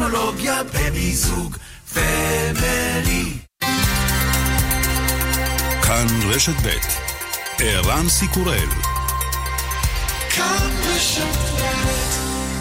טכנולוגיה במיזוג פמילי. כאן רשת ב' ערן סיקורל. כאן רשת ב'.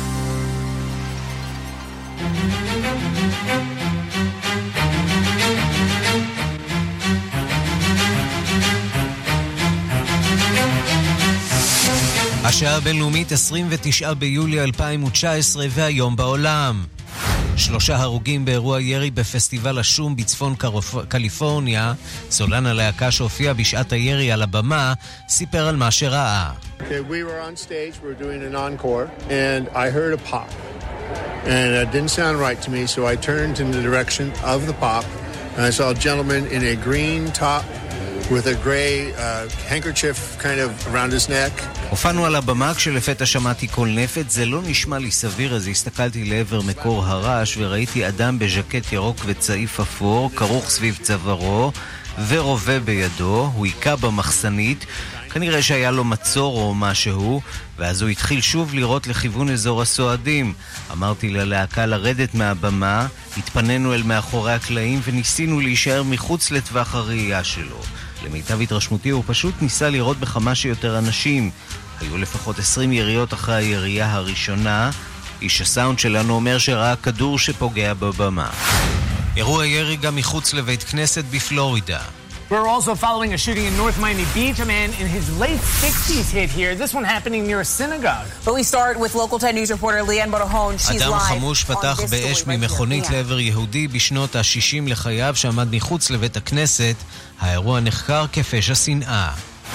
השעה הבינלאומית 29 ביולי 2019 והיום בעולם. 3 הרוגים באירוע ירי בפסטיבל השום בצפון קליפורניה. סולן הלהקה שהופיע בשעת הירי על הבמה סיפר על מה שראה. Okay, we were on stage, we were doing an encore, and I heard a pop. And it didn't sound right to me, so I turned in the direction of the pop, and I saw a gentleman in a green top with a gray handkerchief kind of around his neck. הופענו על הבמה כשלפתע שמעתי קול נפץ. זה לא נשמע לי סביר, אז הסתכלתי לעבר מקור הרעש וראיתי אדם בז'קט ירוק וצעיף אפור, כרוך סביב צווארו ורובה בידו. הוא עיקה במחסנית, כנראה שהיה לו מצור או משהו, ואז הוא התחיל שוב לראות לכיוון אזור הסועדים. אמרתי ללהקה לרדת מהבמה, התפנינו אל מאחורי הקלעים וניסינו להישאר מחוץ לטווח הראייה שלו. למיטב התרשמותי הוא פשוט ניסה לראות בכמה שיותר אנשים. היו לפחות 20 יריות אחרי הירייה הראשונה. איש הסאונד שלנו אומר שראה כדור שפוגע בבמה. אירוע ירי גם מחוץ לבית כנסת בפלורידה. We're also following a shooting in North Miami Beach. A man in his late 60s hit here. This one happening near a synagogue. But we start with local 10 news reporter Leanne Barahone. She's live. אדם חמוש פתח באש ממכונית לעבר יהודי בשנות ה-60 לחייו שעמד מחוץ לבית הכנסת. האירוע נחקר כפשע שנאה.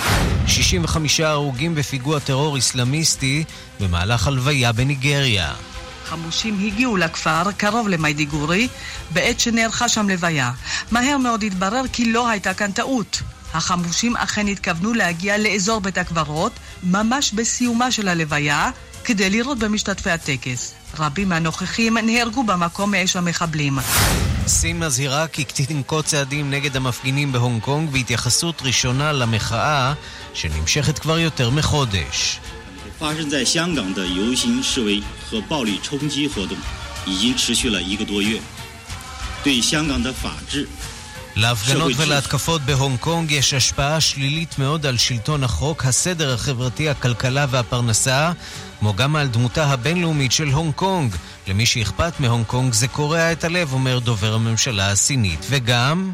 65 הרוגים בפיגוע טרור איסלאמיסטי במהלך הלוויה בניגריה. חמושים הגיעו לכפר קרוב למיידיגורי בעת שנערכה שם לוויה. מהר מאוד התברר כי לא הייתה כאן טעות. החמושים אכן התכוונו להגיע לאזור בית הקברות ממש בסיומה של הלוויה כדי לראות במשתתפי הטקס. רבים מהנוכחים נהרגו במקום מאש המחבלים. סין מזהירה כי תנקוט צעדים נגד המפגינים בהונג קונג בהתייחסות ראשונה למחאה שנמשכת כבר יותר מחודש. 发生在香港的游行示威和暴力冲击活动已经持续了1个多月，对香港的法治 להפגנות ולהתקפות בהונג קונג יש השפעה שלילית מאוד על שלטון החוק, הסדר החברתי, הכלכלה והפרנסה, כמו גם על דמותה הבינלאומית של הונג קונג. למי שאכפת מהונג קונג זה קורע את הלב, אומר דובר הממשלה הסינית. וגם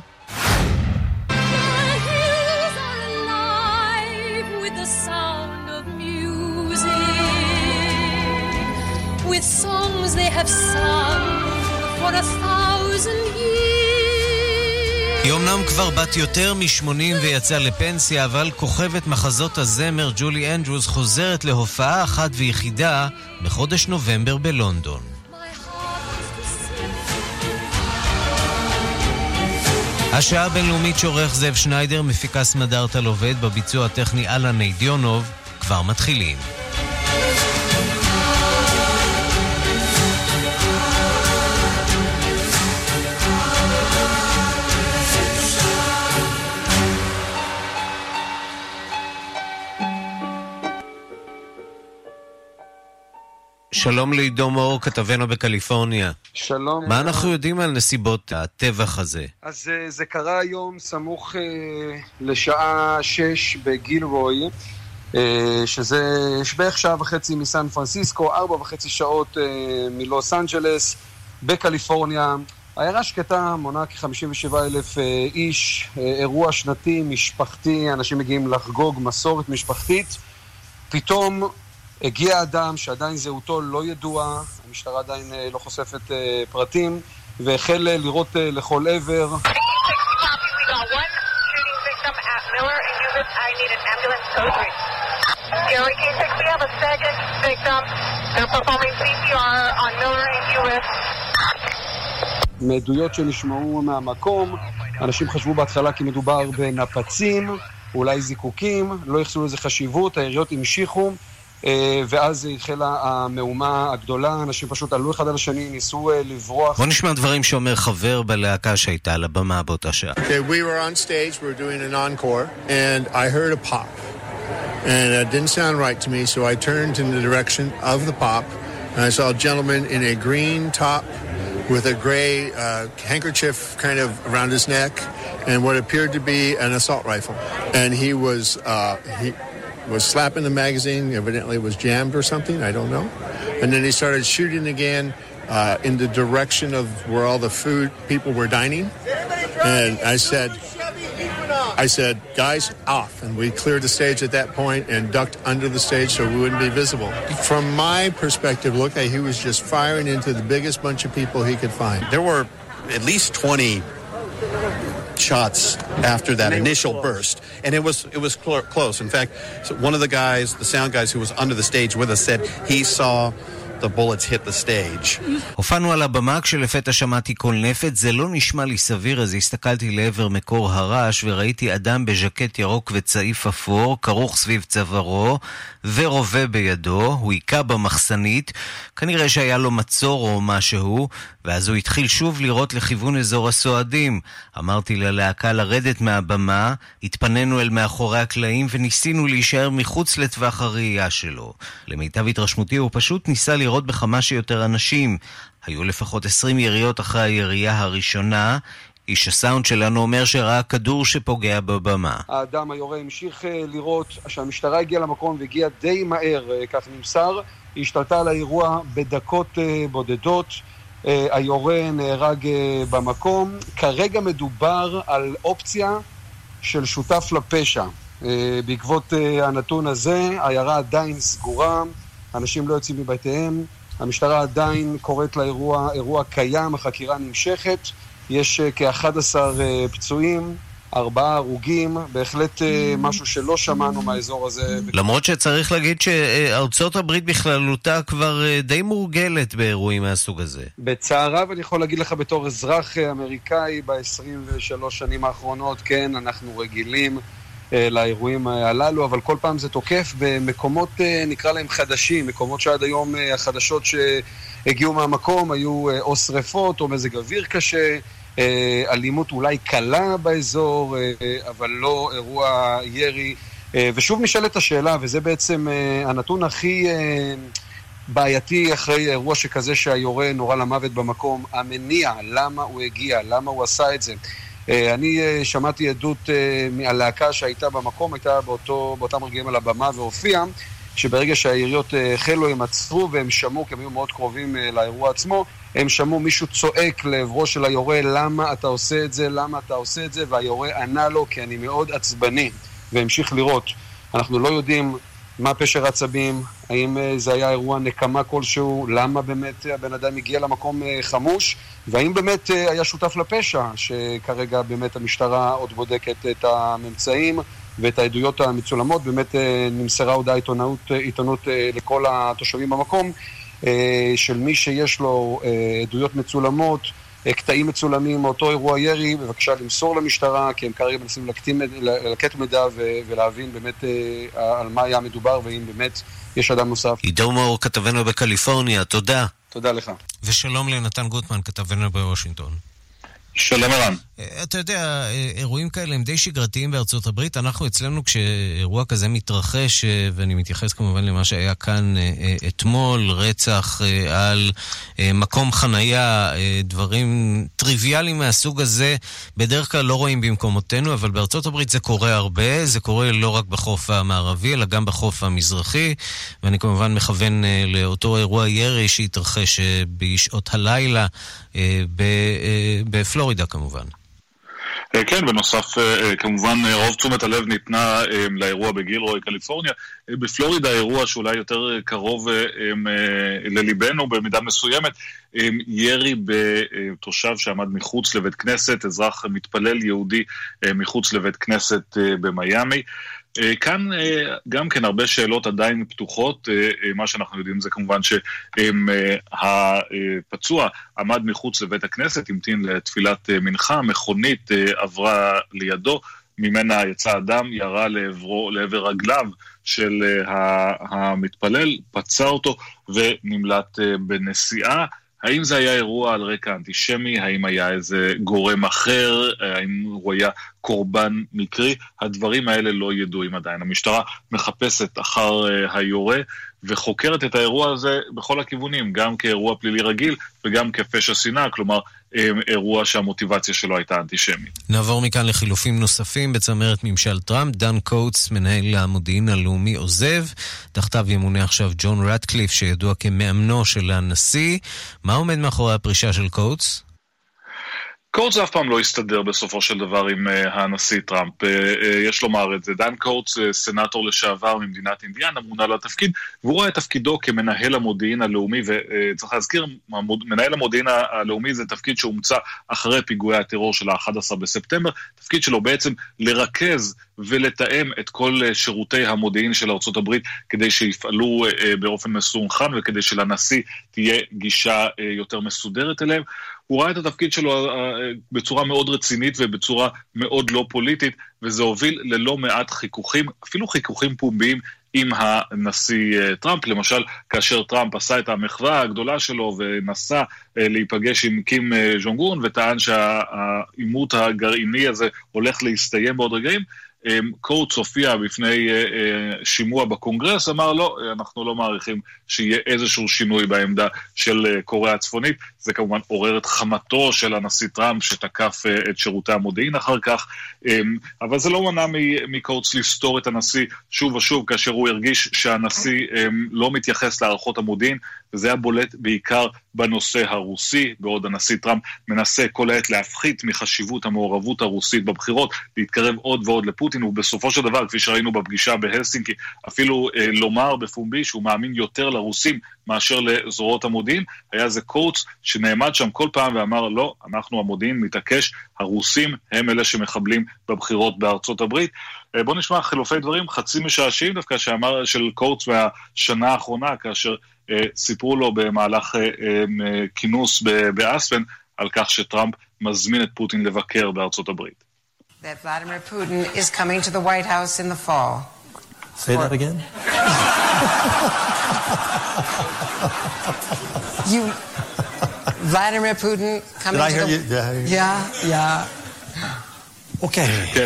with songs they have sung for 1,000 years. היא אומנם כבר בת יותר מ-80 ויצאה לפנסיה, אבל כוכבת מחזות הזמר ג'ולי אנדרוס חוזרת להופעה אחת ויחידה בחודש נובמבר בלונדון. השעה הבינלאומית שעורך זאב שניידר, מפיקה סמדארטה לובד, בביצוע הטכני אלן ניידיונוב. כבר מתחילים. שלום לעידו מאור, כתבנו בקליפורניה. שלום. מה אנחנו יודעים על נסיבות הטבח הזה? אז זה קרה היום סמוך לשעה 6 בגילרוי, שזה בערך שעה וחצי מסן פרנסיסקו, 4.5 שעות מלוס אנג'לס, בקליפורניה. העיירה שקטה מונה כ-57,000 איש, אירוע שנתי, משפחתי, אנשים מגיעים לחגוג מסורת משפחתית. פתאום הגיע אדם שעדיין זהותו לא ידוע, המשטרה עדיין לא חושפת פרטים, והחל לירות לכל עבר. מעדויות שנשמעו מהמקום, אנשים חשבו בהתחלה כי מדובר בנפצים, אולי זיקוקים, לא יחסו לזה חשיבות, היריות המשיכו, ואז התחילה המהומה הגדולה, אנשים פשוט עלו אחד על השני, ניסו לברוח. בוא נשמע דברים שאומר חבר בלהקה שהייתה על הבמה באותה שעה. Okay, we were on stage, we were doing an encore, and I heard a pop. And it didn't sound right to me, so I turned in the direction of the pop, and I saw a gentleman in a green top with a gray handkerchief kind of around his neck and what appeared to be an assault rifle. And he was slapping the magazine, evidently it was jammed or something, I don't know. And then he started shooting again in the direction of where all the food people were dining. And I said, guys, off. And we cleared the stage at that point and ducked under the stage so we wouldn't be visible. From my perspective, looked like he was just firing into the biggest bunch of people he could find. There were at least 20 shots after that initial burst, and it was close. In fact, one of the guys, the sound guys who was under the stage with us, said he saw the bullets hit the stage. הופענו על הבמה כשלפתע שמעתי קול נפץ, זה לא נשמע לי סביר, אז הסתכלתי לעבר מקור הרעש וראיתי אדם בז'קט ירוק וצעיף אפור, כרוך סביב צווארו ורובה בידו, הוא עיקה במחסנית, כנראה שהיה לו מצור או משהו, ואז הוא התחיל שוב לראות לכיוון אזור הסועדים. אמרתי ללהקה לרדת מהבמה, התפנינו אל מאחורי הקלעים וניסינו להישאר מחוץ לטווח הראייה שלו. למיטב התרשמותי הוא פשוט ניסה לראות בכמה שיותר אנשים. היו לפחות 20 יריות אחרי הירייה הראשונה. איש הסאונד שלנו אומר שראה כדור שפוגע בבמה. האדם היורה המשיך לראות שהמשטרה הגיעה למקום והגיעה די מהר, כך נמסר. היא השתלטה על האירוע בדקות בודדות. היורה נהרג במקום. כרגע מדובר על אופציה של שותף לפשע. בעקבות הנתון הזה, העיירה עדיין סגורה, אנשים לא יוצאים מבתיהם, המשטרה עדיין קוראת לאירוע אירוע קיים, החקירה נמשכת, יש כ-11 פצועים, 4 הרוגים, בהחלט משהו שלא שמענו מהאזור הזה. למרות שצריך להגיד שארצות הברית בכללותה כבר די מורגלת באירועים מהסוג הזה. בצער רב אני יכול להגיד לך בתור אזרח אמריקאי ב-23 שנים האחרונות, כן, אנחנו רגילים לאירועים הללו, אבל כל פעם זה תוקף במקומות, נקרא להם חדשים, מקומות שעד היום החדשות שהגיעו מהמקום היו או שריפות או מזג אוויר קשה, אלימות אולי קלה באזור, אבל לא אירוע ירי. ושוב נשאלת השאלה, וזה בעצם הנתון הכי בעייתי אחרי אירוע שכזה שהיורה נורה למוות במקום, המניע, למה הוא הגיע, למה הוא עשה את זה. אני שמעתי עדות מהלהקה שהייתה במקום, הייתה באותם רגעים על הבמה והופיעה, שברגע שהיריות החלו הם עצרו והם שמעו, כי הם היו מאוד קרובים לאירוע עצמו, הם שמעו מישהו צועק לעברו של היורה, למה אתה עושה את זה, למה אתה עושה את זה, והיורה ענה לו, כי אני מאוד עצבני, והמשיך לראות. אנחנו לא יודעים מה פשר עצבים, האם זה היה אירוע נקמה כלשהו, למה באמת הבן אדם הגיע למקום חמוש, והאם באמת היה שותף לפשע, שכרגע באמת המשטרה עוד בודקת את הממצאים ואת העדויות המצולמות, באמת נמסרה הודעה עיתונות לכל התושבים במקום, של מי שיש לו עדויות מצולמות, קטעים מצולמים מאותו אירוע ירי, בבקשה למסור למשטרה, כי הם כרגע מנסים לקט מידע ולהבין באמת על מה היה מדובר, ואם באמת יש אדם נוסף. עידו מאור, כתבנו בקליפורניה, תודה. תודה לך. ושלום לנתן גוטמן, כתבנו בוושינגטון. שלום ערן. אתה יודע, אירועים כאלה הם די שגרתיים בארצות הברית. אנחנו אצלנו כשאירוע כזה מתרחש, ואני מתייחס כמובן למה שהיה כאן אתמול, רצח על מקום חנייה, דברים טריוויאליים מהסוג הזה, בדרך כלל לא רואים במקומותינו, אבל בארצות הברית זה קורה הרבה, זה קורה לא רק בחוף המערבי, אלא גם בחוף המזרחי, ואני כמובן מכוון לאותו אירוע ירי שהתרחש בשעות הלילה בפלורידה כמובן. כן, בנוסף, כמובן רוב תשומת הלב ניתנה לאירוע בגילרוי, קליפורניה. בפלורידה אירוע שאולי יותר קרוב לליבנו במידה מסוימת, ירי בתושב שעמד מחוץ לבית כנסת, אזרח מתפלל יהודי מחוץ לבית כנסת במיימי. כאן גם כן הרבה שאלות עדיין פתוחות, מה שאנחנו יודעים זה כמובן שהפצוע עמד מחוץ לבית הכנסת, המתין לתפילת מנחה, מכונית עברה לידו, ממנה יצא אדם, ירה לעבר רגליו של המתפלל, פצע אותו ונמלט בנסיעה. האם זה היה אירוע על רקע אנטישמי? האם היה איזה גורם אחר? האם הוא היה קורבן מקרי. הדברים האלה לא ידועים עדיין. המשטרה מחפשת אחר היורה וחוקרת את האירוע הזה בכל הכיוונים, גם כאירוע פלילי רגיל וגם כפשע שנאה, כלומר אירוע שהמוטיבציה שלו הייתה אנטישמית. נעבור מכאן לחילופים נוספים בצמרת ממשל טראמפ. דן קוטס, מנהל המודיעין הלאומי, עוזב. תחתיו ימונה עכשיו ג'ון רטקליף, שידוע כמאמנו של הנשיא. מה עומד מאחורי הפרישה של קוטס? קורץ אף פעם לא הסתדר בסופו של דבר עם הנשיא טראמפ, יש לומר את זה. דן קורץ, סנאטור לשעבר ממדינת אינדיאנה, מונה לתפקיד, והוא רואה את תפקידו כמנהל המודיעין הלאומי, וצריך להזכיר, מנהל המודיעין הלאומי זה תפקיד שהומצא אחרי פיגועי הטרור של ה-11 בספטמבר, תפקיד שלו בעצם לרכז ולתאם את כל שירותי המודיעין של ארצות הברית, כדי שיפעלו באופן מסונכרן, וכדי שלנשיא תהיה גישה יותר מסודרת אליהם. הוא ראה את התפקיד שלו בצורה מאוד רצינית ובצורה מאוד לא פוליטית, וזה הוביל ללא מעט חיכוכים, אפילו חיכוכים פומביים עם הנשיא טראמפ. למשל, כאשר טראמפ עשה את המחווה הגדולה שלו ונסע להיפגש עם קים ז'ונג און, וטען שהעימות הגרעיני הזה הולך להסתיים בעוד רגעים, קורץ הופיע בפני שימוע בקונגרס, אמר לא, אנחנו לא מעריכים שיהיה איזשהו שינוי בעמדה של קוריאה הצפונית. זה כמובן עורר את חמתו של הנשיא טראמפ שתקף את שירותי המודיעין אחר כך, אבל זה לא מנע מקורץ לסתור את הנשיא שוב ושוב, כאשר הוא הרגיש שהנשיא לא מתייחס להערכות המודיעין, וזה היה בולט בעיקר בנושא הרוסי, בעוד הנשיא טראמפ מנסה כל העת להפחית מחשיבות המעורבות הרוסית בבחירות, להתקרב עוד ועוד לפוטין, ובסופו של דבר, כפי שראינו בפגישה בהלסינקי, אפילו לומר בפומבי שהוא מאמין יותר לרוסים מאשר לזרועות המודיעין. היה זה קורץ שנעמד שם כל פעם ואמר לא, אנחנו המודיעין מתעקש, הרוסים הם אלה שמחבלים בבחירות בארצות הברית. בוא נשמע חילופי דברים חצי משעשעים דווקא שאמר של קורץ מהשנה האחרונה, כאשר סיפרו לו במהלך כינוס באספן על כך שטראמפ מזמין את פוטין לבקר בארצות הברית. That Vladimir Putin is coming to the White House in the fall. Say that again? Vladimir Putin coming to the... Did I hear you? Yeah. Okay.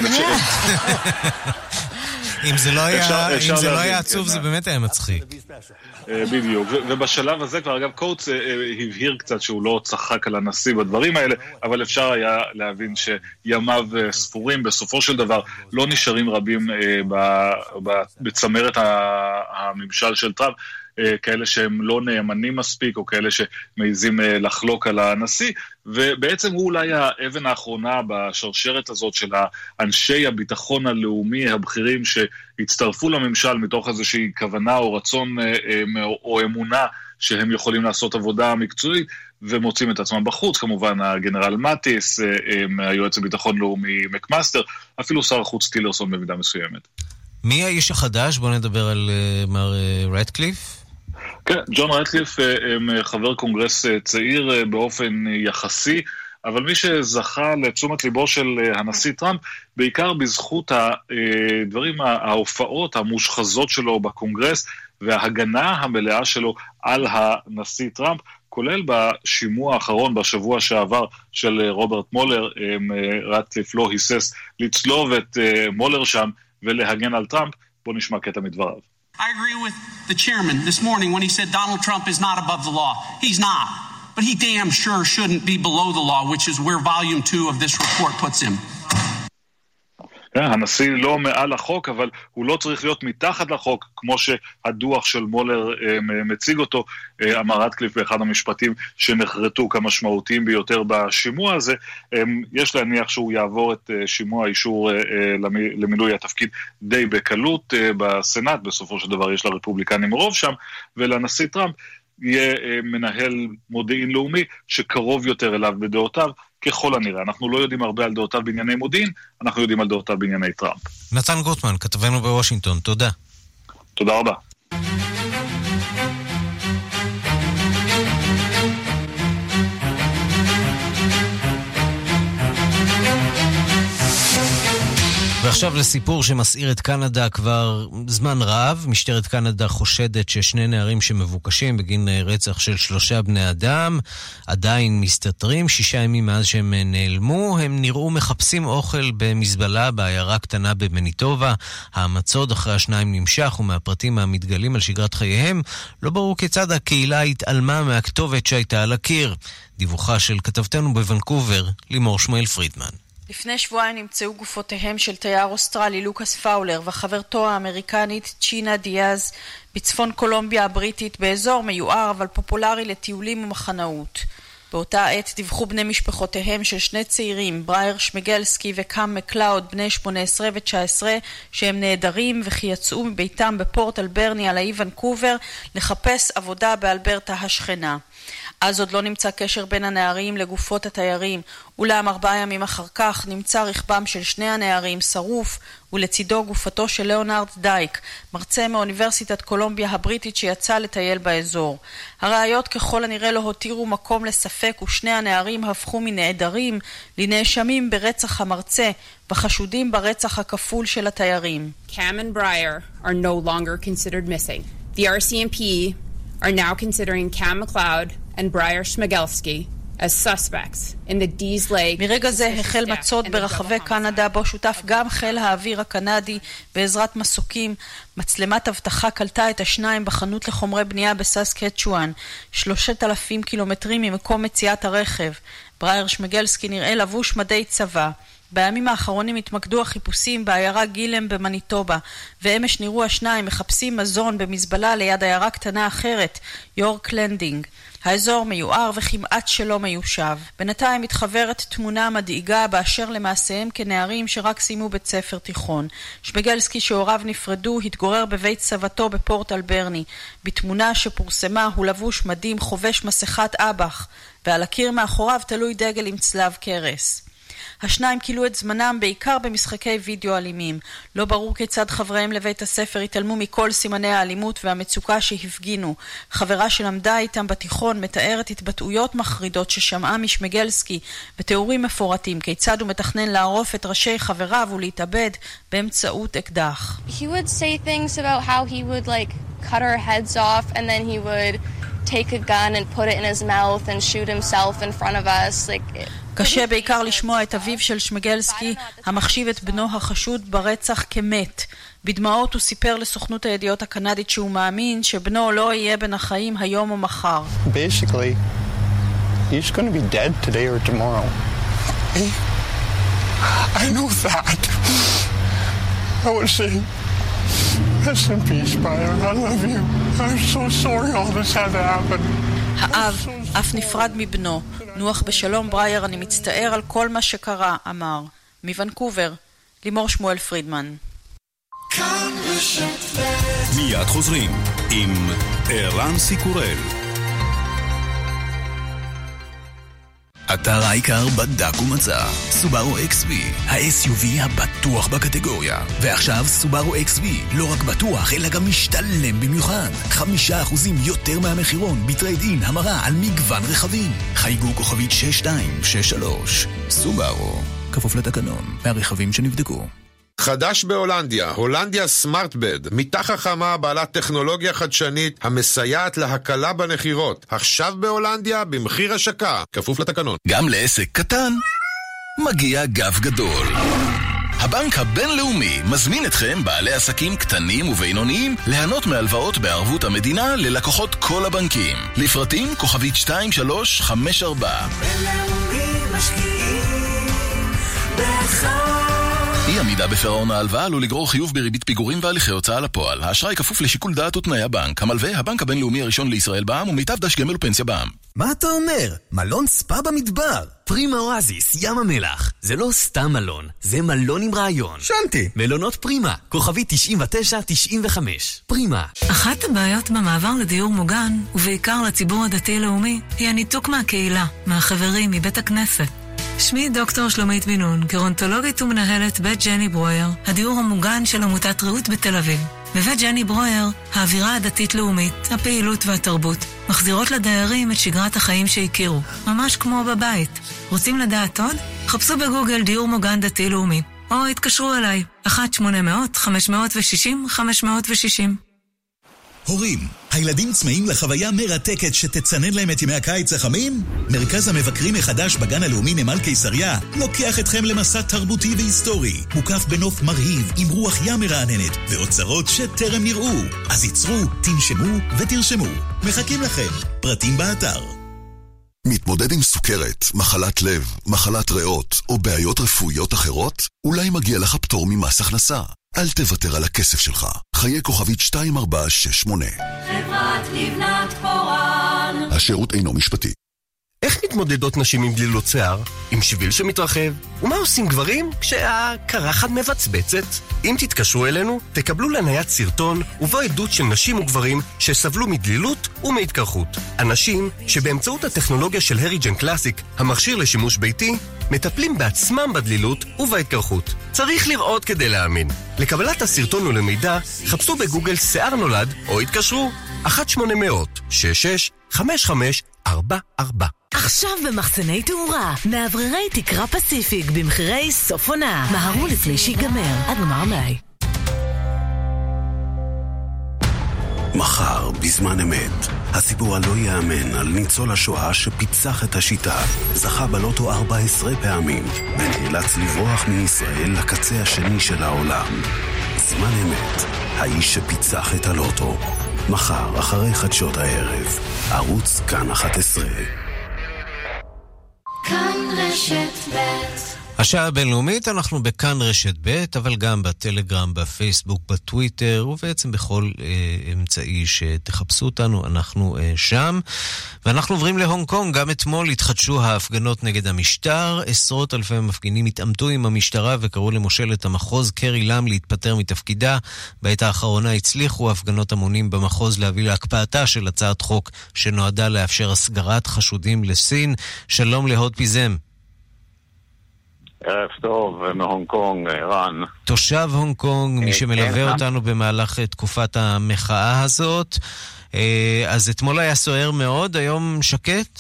אם זה לא היה עצוב, זה באמת היה מצחיק. בדיוק, ובשלב הזה כבר אגב קורץ הבהיר קצת שהוא לא צחק על הנשיא בדברים האלה, אבל אפשר היה להבין שימיו ספורים, בסופו של דבר לא נשארים רבים בצמרת הממשל של טראמפ, כאלה שהם לא נאמנים מספיק, או כאלה שמעיזים לחלוק על הנשיא, ובעצם הוא אולי האבן האחרונה בשרשרת הזאת של אנשי הביטחון הלאומי הבכירים שהצטרפו לממשל מתוך איזושהי כוונה או רצון או אמונה שהם יכולים לעשות עבודה מקצועית, ומוצאים את עצמם בחוץ, כמובן הגנרל מטיס, היועץ הביטחון לאומי מקמאסטר, אפילו שר החוץ טילרסון במידה מסוימת. מי האיש החדש? בוא נדבר על מר רטקליף. כן, ג'ון רטקליף חבר קונגרס צעיר באופן יחסי, אבל מי שזכה לתשומת ליבו של הנשיא טראמפ, בעיקר בזכות הדברים, ההופעות המושחזות שלו בקונגרס, וההגנה המלאה שלו על הנשיא טראמפ, כולל בשימוע האחרון בשבוע שעבר של רוברט מולר, רטקליף לא היסס לצלוב את מולר שם ולהגן על טראמפ. בוא נשמע קטע מדבריו. I agree with the chairman this morning when he said Donald Trump is not above the law. He's not. But he damn sure shouldn't be below the law, which is where volume 2 of this report puts him. הנשיא לא מעל החוק, אבל הוא לא צריך להיות מתחת לחוק, כמו שהדוח של מולר מציג אותו. אמר רטקליף באחד המשפטים שנחרטו כמשמעותיים ביותר בשימוע הזה. יש להניח שהוא יעבור את שימוע האישור למילוי התפקיד די בקלות בסנאט, בסופו של דבר יש לרפובליקנים רוב שם, ולנשיא טראמפ יהיה מנהל מודיעין לאומי שקרוב יותר אליו בדעותיו, ככל הנראה. אנחנו לא יודעים הרבה על דעותיו בענייני מודיעין, אנחנו יודעים על דעותיו בענייני טראמפ. נתן גוטמן, כתבנו בוושינגטון, תודה. תודה רבה. ועכשיו לסיפור שמסעיר את קנדה כבר זמן רב. משטרת קנדה חושדת ששני נערים שמבוקשים בגין רצח של 3 בני אדם עדיין מסתתרים. 6 ימים מאז שהם נעלמו, הם נראו מחפשים אוכל במזבלה בעיירה קטנה במניטובה. המצוד אחרי השניים נמשך, ומהפרטים המתגלים על שגרת חייהם לא ברור כיצד הקהילה התעלמה מהכתובת שהייתה על הקיר. דיווחה של כתבתנו בוונקובר, לימור שמואל פרידמן. לפני שבועיים נמצאו גופותיהם של תייר אוסטרלי לוקאס פאולר וחברתו האמריקנית צ'ינה דיאז בצפון קולומביה הבריטית, באזור מיוער אבל פופולרי לטיולים ומחנאות. באותה עת דיווחו בני משפחותיהם של 2 צעירים, ברייר שמגלסקי וקאם מקלאוד, בני 18 ו-19, שהם נהדרים וכי יצאו מביתם בפורט אלברני על האי ונקובר לחפש עבודה באלברטה השכנה. אז עוד לא נמצא קשר בין הנערים לגופות התיירים, אולם 4 ימים אחר כך נמצא רכבם של 2 הנערים שרוף, ולצידו גופתו של ליאונרד דייק, מרצה מאוניברסיטת קולומביה הבריטית שיצא לטייל באזור. הראיות ככל הנראה לא הותירו מקום לספק, ושני הנערים הפכו מנעדרים לנאשמים ברצח המרצה, וחשודים ברצח הכפול של התיירים. Cam and Breyer are no longer considered missing. The RCMP are now considering Cam McLeod and Breyer Schmegelski as suspects in the Dees Lake. מרגע זה החל מצוד ברחבי קנדה, בו שותף גם חיל האוויר הקנדי בעזרת מסוקים. מצלמת אבטחה קלטה את השניים בחנות לחומרי בנייה בססקצ'ואן, 3,000 קילומטרים ממקום מציאת הרכב. ברייר שמגלסקי נראה לבוש מדי צבא. בימים האחרונים התמקדו החיפושים בעיירה גילם במניטובה, ואמש נראו השניים מחפשים מזון במזבלה ליד עיירה קטנה אחרת, יורק לנדינג. האזור מיוער וכמעט שלא מיושב. בינתיים מתחברת תמונה מדאיגה באשר למעשיהם כנערים שרק סיימו בית ספר תיכון. שמגלסקי שהוריו נפרדו התגורר בבית סבתו בפורט אלברני. בתמונה שפורסמה הוא לבוש מדים חובש מסכת אבח, ועל הקיר מאחוריו תלוי דגל עם צלב קרס. השניים קילו את זמנם בעיקר במשחקי וידאו אלימים. לא ברור כיצד חבריהם לבית הספר התעלמו מכל סימני האלימות והמצוקה שהפגינו. חברה שלמדה איתם בתיכון מתארת התבטאויות מחרידות ששמעה משמגלסקי בתיאורים מפורטים כיצד הוא מתכנן לערוף את ראשי חבריו ולהתאבד באמצעות אקדח. He would say things about how he would like cut our heads off and then he would take a gun and put it in his mouth and shoot himself in front of us like קשה בעיקר לשמוע את אביו של שמגלסקי המחשיב את בנו החשוד ברצח כמת. בדמעות הוא סיפר לסוכנות הידיעות הקנדית שהוא מאמין שבנו לא יהיה בין החיים היום או מחר. Basically, he's going to be dead today or tomorrow. I know that. I would say, rest in peace, Brian. I love you. I'm so sorry all this had to happen. האב אף נפרד מבנו. נוח בשלום ברייר, אני מצטער על כל מה שקרה, אמר. מוונקובר, לימור שמואל פרידמן. מיד חוזרים עם ערן סיקורל. אתר העיקר בדק ומצא. סובארו XV, ה-SUV הבטוח בקטגוריה. ועכשיו סובארו XV לא רק בטוח אלא גם משתלם במיוחד. 5% יותר מהמחירון בטרייד אין המרה על מגוון רכבים. חייגו כוכבית 6263. סובארו, כפוף לתקנון, מהרכבים שנבדקו. חדש בהולנדיה, הולנדיה סמארטבד, מיטה חכמה בעלת טכנולוגיה חדשנית המסייעת להקלה בנחירות. עכשיו בהולנדיה במחיר השקה, כפוף לתקנון. גם לעסק קטן מגיע גב גדול. הבנק הבינלאומי מזמין אתכם, בעלי עסקים קטנים ובינוניים, ליהנות מהלוואות בערבות המדינה ללקוחות כל הבנקים. לפרטים כוכבית 2354. בינלאומי משקיעים בך. אי עמידה בפירעון ההלוואה עלול לגרור חיוב בריבית פיגורים והליכי הוצאה לפועל. האשראי כפוף לשיקול דעת ותנאי הבנק. המלווה, הבנק הבינלאומי הראשון לישראל בע"מ ומיטב דש גמל ופנסיה בע"מ. מה אתה אומר? מלון ספא במדבר. פרימה אואזיס, ים המלח. זה לא סתם מלון, זה מלון עם רעיון. שנתי. מלונות פרימה, כוכבי 9995. פרימה. אחת הבעיות במעבר לדיור מוגן, ובעיקר לציבור הדתי-לאומי, היא הניתוק מהקהילה, מהחברים, מבית הכנסת. שמי דוקטור שלומית בן-נון, גרונטולוגית ומנהלת בית ג'ני ברויר, הדיור המוגן של עמותת רעות בתל אביב. בבית ג'ני ברויר, האווירה הדתית-לאומית, הפעילות והתרבות, מחזירות לדיירים את שגרת החיים שהכירו, ממש כמו בבית. רוצים לדעת עוד? חפשו בגוגל דיור מוגן דתי-לאומי. או התקשרו אליי, 1-800-560-560. הורים, הילדים צמאים לחוויה מרתקת שתצנן להם את ימי הקיץ החמים? מרכז המבקרים מחדש בגן הלאומי נמל קיסריה לוקח אתכם למסע תרבותי והיסטורי, מוקף בנוף מרהיב עם רוח ים מרעננת ואוצרות שטרם נראו. אז ייצרו, תנשמו ותרשמו. מחכים לכם. פרטים באתר. מתמודד עם סוכרת, מחלת לב, מחלת ריאות או בעיות רפואיות אחרות? אולי מגיע לך פטור ממס הכנסה. אל תוותר על הכסף שלך. חיי כוכבית 2468. חברת לבנת פורן. השירות אינו משפטי. איך מתמודדות נשים עם דלילות שיער? עם שביל שמתרחב? ומה עושים גברים כשהקרחת מבצבצת? אם תתקשרו אלינו, תקבלו לנייד סרטון ובו עדות של נשים וגברים שסבלו מדלילות ומהתקרחות. אנשים שבאמצעות הטכנולוגיה של הריג'ן קלאסיק, המכשיר לשימוש ביתי, מטפלים בעצמם בדלילות ובהתקרחות. צריך לראות כדי להאמין. לקבלת הסרטון ולמידע, חפשו בגוגל שיער נולד או התקשרו 1-800-66-5544. עכשיו במחסני תאורה, מאווררי תקרה פסיפיק במחירי סוף עונה. מהרו לפני שיגמר, עד גמר המלאי. מחר, בזמן אמת, הסיפור הלא יאמן על ניצול השואה שפיצח את השיטה, זכה בלוטו 14 פעמים, ונאלץ לברוח מישראל לקצה השני של העולם. זמן אמת, האיש שפיצח את הלוטו. מחר, אחרי חדשות הערב, ערוץ כאן 11. כאן רשת ב'. השעה הבינלאומית, אנחנו בכאן רשת ב', אבל גם בטלגרם, בפייסבוק, בטוויטר, ובעצם בכל אמצעי שתחפשו אותנו, אנחנו שם. ואנחנו עוברים להונג קונג, גם אתמול התחדשו ההפגנות נגד המשטר, עשרות אלפי מפגינים התעמתו עם המשטרה וקראו למושלת המחוז קרי לם להתפטר מתפקידה. בעת האחרונה הצליחו הפגנות המונים במחוז להביא להקפאתה של הצעת חוק שנועדה לאפשר הסגרת חשודים לסין. שלום להוד פיזם. ערב טוב מהונג קונג, רן. תושב הונג קונג, מי שמלווה אותנו במהלך תקופת המחאה הזאת. אז אתמול היה סוער מאוד, היום שקט?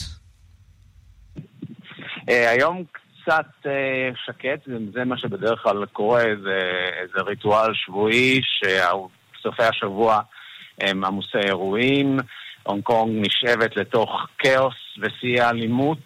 היום קצת שקט, זה מה שבדרך כלל קורה, זה ריטואל שבועי, שסופי השבוע הם עמוסי אירועים. הונג קונג נשאבת לתוך כאוס ושיא אלימות,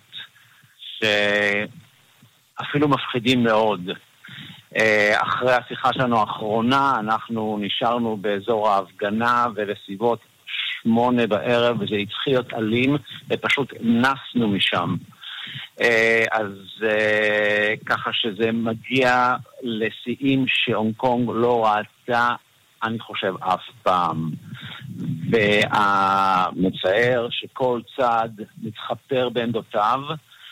אפילו מפחידים מאוד. אחרי השיחה שלנו האחרונה, אנחנו נשארנו באזור ההפגנה, ולסביבות 8 בערב, וזה התחיל להיות אלים, ופשוט נסנו משם. אז ככה שזה מגיע לשיאים שהונג קונג לא ראתה, אני חושב, אף פעם. והמצער שכל צד מתחפר בעמדותיו,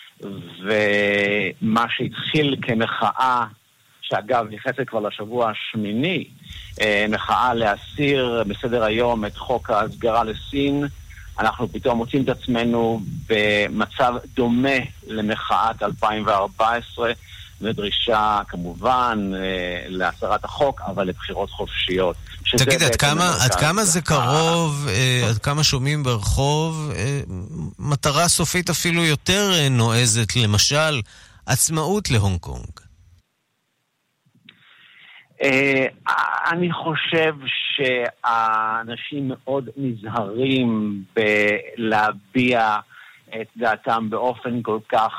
ומה שהתחיל כמחאה, שאגב נכנסת כבר לשבוע השמיני, מחאה להסיר בסדר היום את חוק ההסגרה לסין, אנחנו פתאום מוצאים את עצמנו במצב דומה למחאת 2014, ודרישה כמובן להסרת החוק, אבל לבחירות חופשיות. תגיד, עד כמה זה קרוב, עד כמה שומעים ברחוב, מטרה סופית אפילו יותר נועזת, למשל, עצמאות להונג קונג? אני חושב שהאנשים מאוד נזהרים בלהביע את דעתם באופן כל כך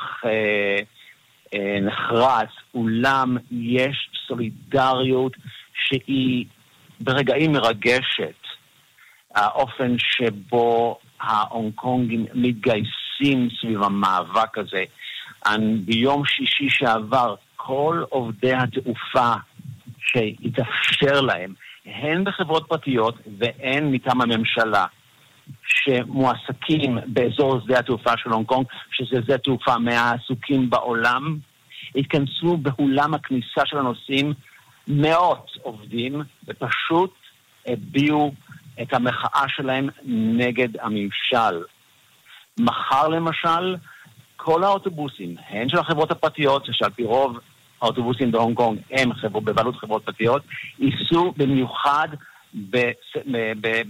נחרץ, אולם יש סולידריות שהיא ברגעים מרגשת. האופן שבו ההונג קונגים מתגייסים סביב המאבק הזה. ביום שישי שעבר, כל עובדי התעופה שהתאפשר להם, הן בחברות פרטיות והן מטעם הממשלה, שמועסקים באזור שדה התעופה של הונג קונג, שזה שדה תעופה מהעסוקים בעולם, התכנסו באולם הכניסה של הנוסעים מאות עובדים, ופשוט הביעו את המחאה שלהם נגד הממשל. מחר למשל, כל האוטובוסים, הן של החברות הפרטיות, שעל פי רוב האוטובוסים בהונג קונג הם בבעלות חברות פרטיות, ייסעו במיוחד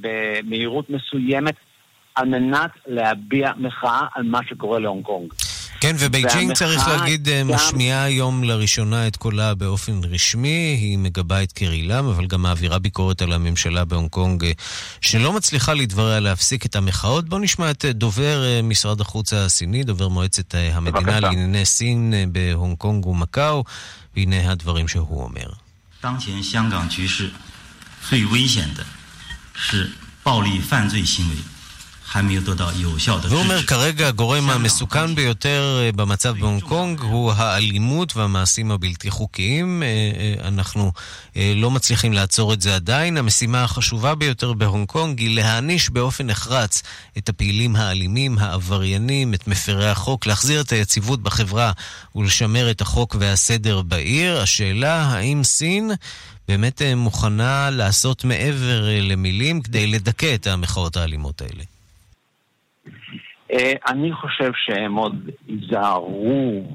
במהירות מסוימת, על מנת להביע מחאה על מה שקורה להונג קונג. כן, ובייג'ינג צריך להגיד משמיעה היום לראשונה את קולה באופן רשמי, היא מגבה את קרי לם, אבל גם מעבירה ביקורת על הממשלה בהונג קונג שלא מצליחה לדבריה להפסיק את המחאות. בואו נשמע את דובר משרד החוץ הסיני, דובר מועצת המדינה לענייני סין בהונג קונג ומקאו, והנה הדברים שהוא אומר. 当前香港局势最危险的是暴力犯罪行为 הוא אומר, כרגע הגורם המסוכן ביותר במצב בהונג קונג הוא האלימות והמעשים הבלתי חוקיים. אנחנו לא מצליחים לעצור את זה עדיין. המשימה החשובה ביותר בהונג קונג היא להעניש באופן נחרץ את הפעילים האלימים, העבריינים, את מפרי החוק, להחזיר את היציבות בחברה ולשמר את החוק והסדר בעיר. השאלה, האם סין באמת מוכנה לעשות מעבר למילים כדי לדכא את המחאות האלימות האלה? אני חושב שהם עוד ייזהרו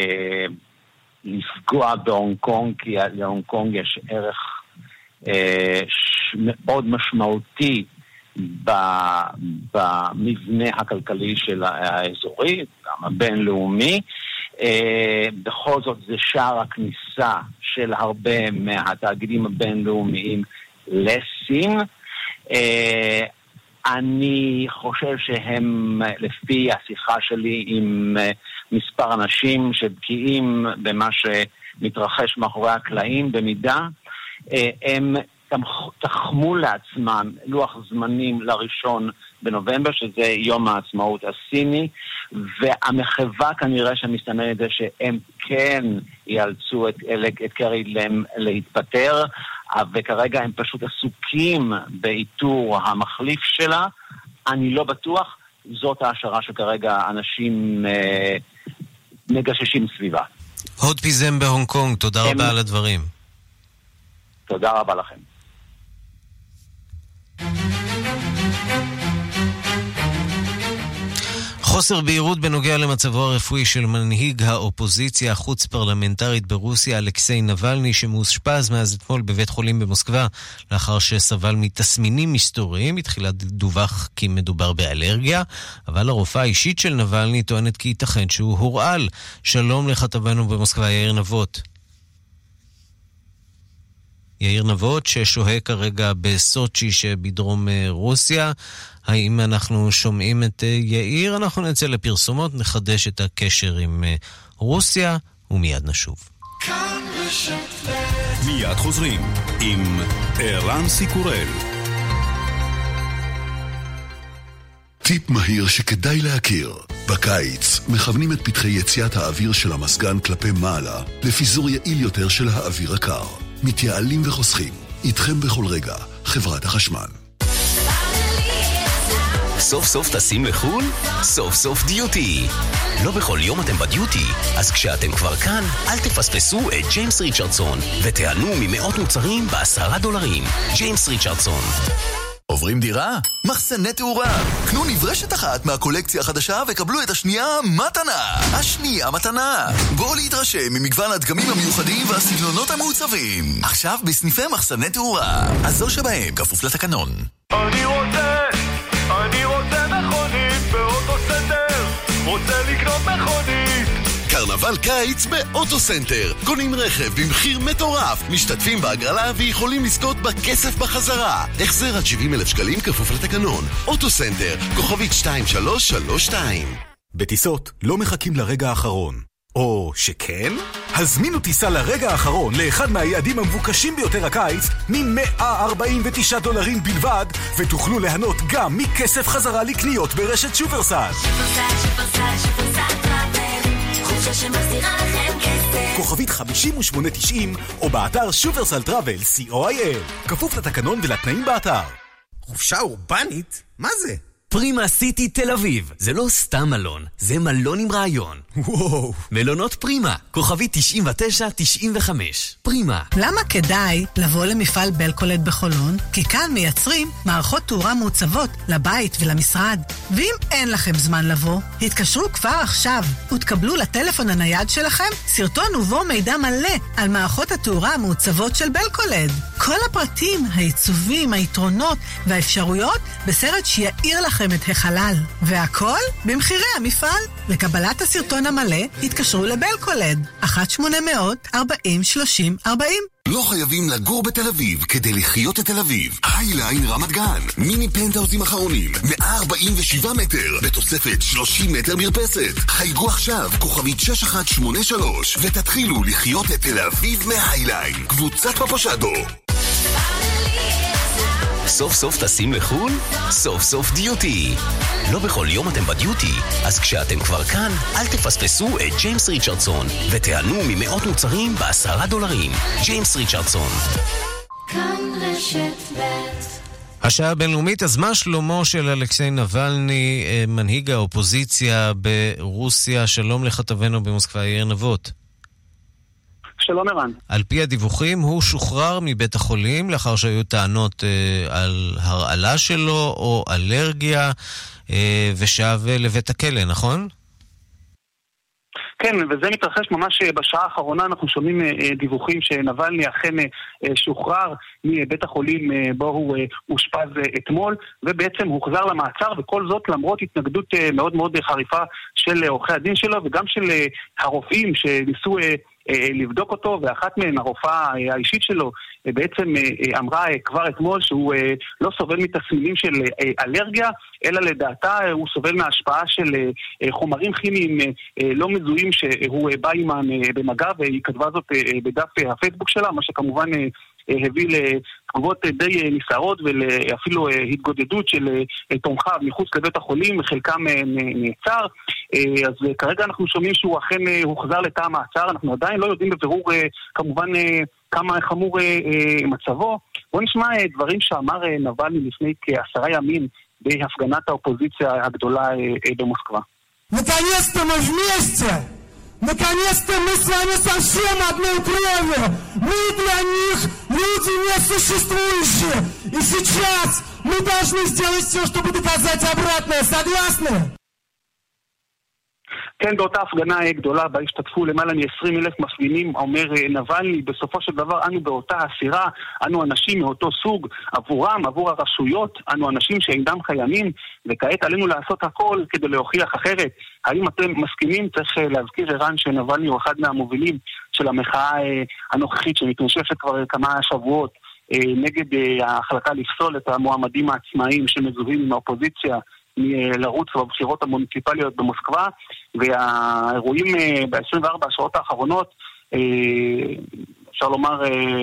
לפגוע בהונג קונג, כי להונג קונג יש ערך מאוד משמעותי במבנה הכלכלי של האזורי, גם הבינלאומי. בכל זאת זה שער הכניסה של הרבה מהתאגידים הבינלאומיים לסין. אני חושב שהם, לפי השיחה שלי עם מספר אנשים שבקיאים במה שמתרחש מאחורי הקלעים במידה, הם תחמו לעצמם לוח זמנים ל1 בנובמבר, שזה יום העצמאות הסיני, והמחווה כנראה שמסתמנת זה שהם כן יאלצו את קרי לם להתפטר, וכרגע הם פשוט עסוקים באיתור המחליף שלה. אני לא בטוח, זאת ההשערה שכרגע אנשים מגששים סביבה. הוד פיזם בהונג קונג, תודה רבה על הדברים. תודה רבה לכם. חוסר בהירות בנוגע למצבו הרפואי של מנהיג האופוזיציה החוץ פרלמנטרית ברוסיה אלכסיי נבלני, שמאושפז מאז אתמול בבית חולים במוסקבה לאחר שסבל מתסמינים מסתוריים. התחילה דווח כי מדובר באלרגיה, אבל הרופאה האישית של נבלני טוענת כי ייתכן שהוא הורעל. שלום לכתבנו במוסקבה יאיר נבות. יאיר נבות ששוהה כרגע בסוצ'י שבדרום רוסיה. האם אנחנו שומעים את יאיר? אנחנו נצא לפרסומות, נחדש את הקשר עם רוסיה ומיד נשוב. מיד חוזרים עם ערן סיקורל. טיפ מהיר שכדאי להכיר. בקיץ מכוונים את פתחי יציאת האוויר של המסגן כלפי מעלה לפיזור יעיל יותר של האוויר הקר. מתייעלים וחוסכים. איתכם בכל רגע, חברת החשמל. סוף סוף טסים לחול? סוף סוף דיוטי. לא בכל יום אתם בדיוטי, אז כשאתם כבר כאן, אל תפספסו את ג'יימס ריצ'רדסון ותיהנו ממאות מוצרים $10. ג'יימס ריצ'רדסון. עוברים דירה? מחסני תאורה. קנו נברשת אחת מהקולקציה החדשה וקבלו את השנייה מתנה. השנייה מתנה. בואו להתרשם ממגוון הדגמים המיוחדים והסגנונות המעוצבים. עכשיו בסניפי מחסני תאורה. אז זו שבהם, כפוף לתקנון. אני רוצה מכונית באוטוסנטר. רוצה לקנות מכונית. קרנבל קיץ באוטוסנטר. קונים רכב במחיר מטורף, משתתפים בהגרלה ויכולים לזכות בכסף בחזרה. החזר עד 70,000 שקלים כפוף לתקנון. אוטוסנטר, כוכבית 2332. בטיסות לא מחכים לרגע האחרון. או שכן? הזמינו טיסה לרגע האחרון לאחד מהיעדים המבוקשים ביותר הקיץ $149 בלבד, ותוכלו ליהנות גם מכסף חזרה לקניות ברשת שופרסל. שמחזירה לכם כסף. כוכבית 5890 או באתר שופרסל טראבל co.il. כפוף לתקנון ולתנאים באתר. חופשה אורבנית? מה זה? פרימה סיטי תל אביב. זה לא סתם מלון, זה מלון עם רעיון. וואו. מלונות פרימה, כוכבית 9995. פרימה. למה כדאי לבוא למפעל בלקולד בחולון? כי כאן מייצרים מערכות תאורה מעוצבות לבית ולמשרד. ואם אין לכם זמן לבוא, התקשרו כבר עכשיו ותקבלו לטלפון הנייד שלכם סרטון ובו מידע מלא על מערכות התאורה המעוצבות של בלקולד. כל הפרטים, העיצובים, היתרונות והאפשרויות בסרט שיעיר לכם מלחמת החלל. והכל במחירי המפעל. לקבלת הסרטון המלא, התקשרו לבלקולד. 1-800-40-30-40. לא חייבים לגור בתל אביב כדי לחיות את תל אביב. הייליין רמת גן, מיני פנטהאוזים אחרונים, 147 מטר, בתוספת 30 מטר מרפסת. חייגו עכשיו, כוכבית 6183, ותתחילו לחיות את תל אביב מהייליין. קבוצת פפושדו. סוף סוף טסים לחול? סוף סוף דיוטי. לא בכל יום אתם בדיוטי, אז כשאתם כבר כאן, אל תפספסו את ג'יימס ריצ'רדסון, ותיהנו ממאות מוצרים ב$10. ג'יימס ריצ'רדסון. כאן רשת בית. השעה הבינלאומית, אז מה שלומו של אלכסיי נבלני, מנהיג האופוזיציה ברוסיה? שלום לכתבנו במוסקבה, יאיר נבות. שלום ערן. על פי הדיווחים הוא שוחרר מבית החולים לאחר שהיו טענות על הרעלה שלו או אלרגיה, ושב לבית הכלא, נכון? כן, וזה מתרחש ממש בשעה האחרונה. אנחנו שומעים דיווחים שנבלני אכן שוחרר מבית החולים בו הוא אושפז אתמול, ובעצם הוחזר למעצר, וכל זאת למרות התנגדות מאוד מאוד חריפה של עורכי הדין שלו וגם של הרופאים שניסו לבדוק אותו, ואחת מהן, הרופאה האישית שלו, בעצם אמרה כבר אתמול שהוא לא סובל מתסמינים של אלרגיה, אלא לדעתה הוא סובל מההשפעה של חומרים כימיים לא מזוהים שהוא בא עימם במגע, והיא כתבה זאת בדף הפייסבוק שלה, מה שכמובן הביא לתגובות די נסערות ואפילו התגודדות של תומכיו מחוץ לבית החולים, חלקם נעצר. אז כרגע אנחנו שומעים שהוא אכן הוחזר לתא המעצר, אנחנו עדיין לא יודעים בבירור כמובן כמה חמור מצבו. בוא נשמע דברים שאמר נבלני לפני כ10 ימים בהפגנת האופוזיציה הגדולה במוסקבה. Наконец-то мы вместе! Наконец-то мы с вами совсем одной кровью! Мы для них люди несуществующие! И сейчас мы должны сделать все, чтобы доказать обратное. Согласны? כן, באותה הפגנה גדולה בה השתתפו למעלה מ-20,000 מפגינים, אומר נבלני, בסופו של דבר אנו באותה הסירה, אנו אנשים מאותו סוג, עבורם, עבור הרשויות, אנו אנשים שאינם קיימים, וכעת עלינו לעשות הכל כדי להוכיח אחרת. האם אתם מסכימים? צריך להזכיר ערן שנבלני הוא אחד מהמובילים של המחאה הנוכחית שמתמשכת כבר כמה שבועות נגד ההחלטה לפסול את המועמדים העצמאיים שמזוהים עם האופוזיציה לרוץ בבחירות המוניציפליות במוסקבה, והאירועים ב-24 השעות האחרונות, אפשר לומר,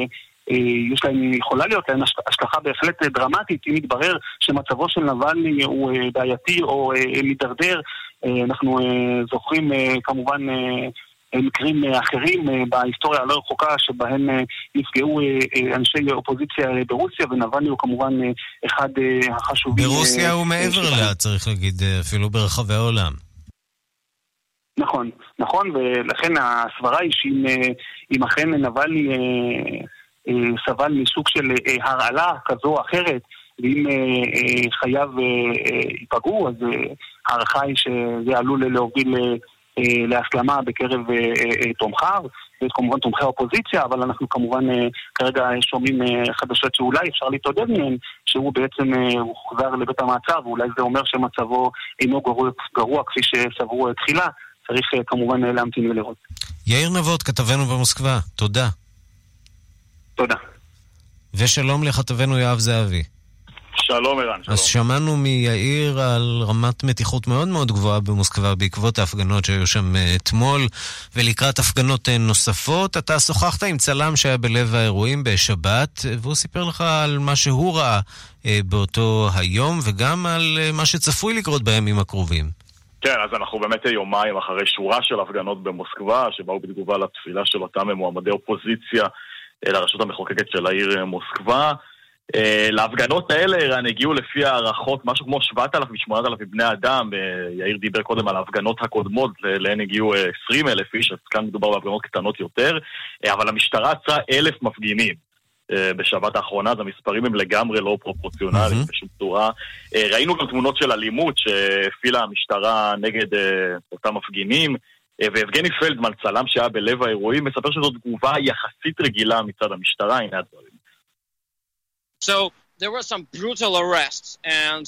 יש להם, יכולה להיות להם השלכה בהחלט דרמטית, אם מתברר שמצבו של נבלני הוא בעייתי או מדרדר. אנחנו זוכרים כמובן מקרים אחרים בהיסטוריה הלא רחוקה שבהם נפגעו אנשי אופוזיציה ברוסיה, ונבלני הוא כמובן אחד החשובים. ברוסיה הוא מעבר לה, צריך להגיד, אפילו ברחבי העולם. נכון, נכון, ולכן הסברה היא שאם אכן נבלני סבל מסוג של הרעלה כזו או אחרת, ואם חייו ייפגעו, אז הערכה היא שזה עלול להוביל להסלמה בקרב תומכיו, וכמובן תומכי האופוזיציה, אבל אנחנו כמובן כרגע שומעים חדשות שאולי אפשר להתעודד מהן, שהוא בעצם הוחזר לבית המעצר, ואולי זה אומר שמצבו אינו גרוע כפי שסברו תחילה. צריך כמובן להמתין ולראות. יאיר נבות, כתבנו במוסקבה, תודה. תודה. ושלום לכתבנו יואב זהבי. שלום ערן, שלום. אז שמענו מיאיר על רמת מתיחות מאוד מאוד גבוהה במוסקבה בעקבות ההפגנות שהיו שם אתמול, ולקראת הפגנות נוספות. אתה שוחחת עם צלם שהיה בלב האירועים בשבת, והוא סיפר לך על מה שהוא ראה באותו היום, וגם על מה שצפוי לקרות בימים הקרובים. כן, אז אנחנו באמת יומיים אחרי שורה של הפגנות במוסקבה, שבאו בתגובה לתפילה של אותם מועמדי אופוזיציה לרשות המחוקקת של העיר מוסקבה. להפגנות האלה הגיעו לפי הערכות משהו כמו 7,000-8,000 בני אדם. יאיר דיבר קודם על ההפגנות הקודמות, להן הגיעו 20,000 איש, אז כאן מדובר בהפגנות קטנות יותר, אבל המשטרה עצרה 1,000 מפגינים בשבת האחרונה, אז המספרים הם לגמרי לא פרופורציונליים בשום צורה. ראינו גם תמונות של אלימות שהפעילה המשטרה נגד אותם מפגינים, ויבגני פלדמן, צלם שהיה בלב האירועים, מספר שזו תגובה יחסית רגילה מצד המשטרה. הנה הדברים. So there were some brutal arrests, and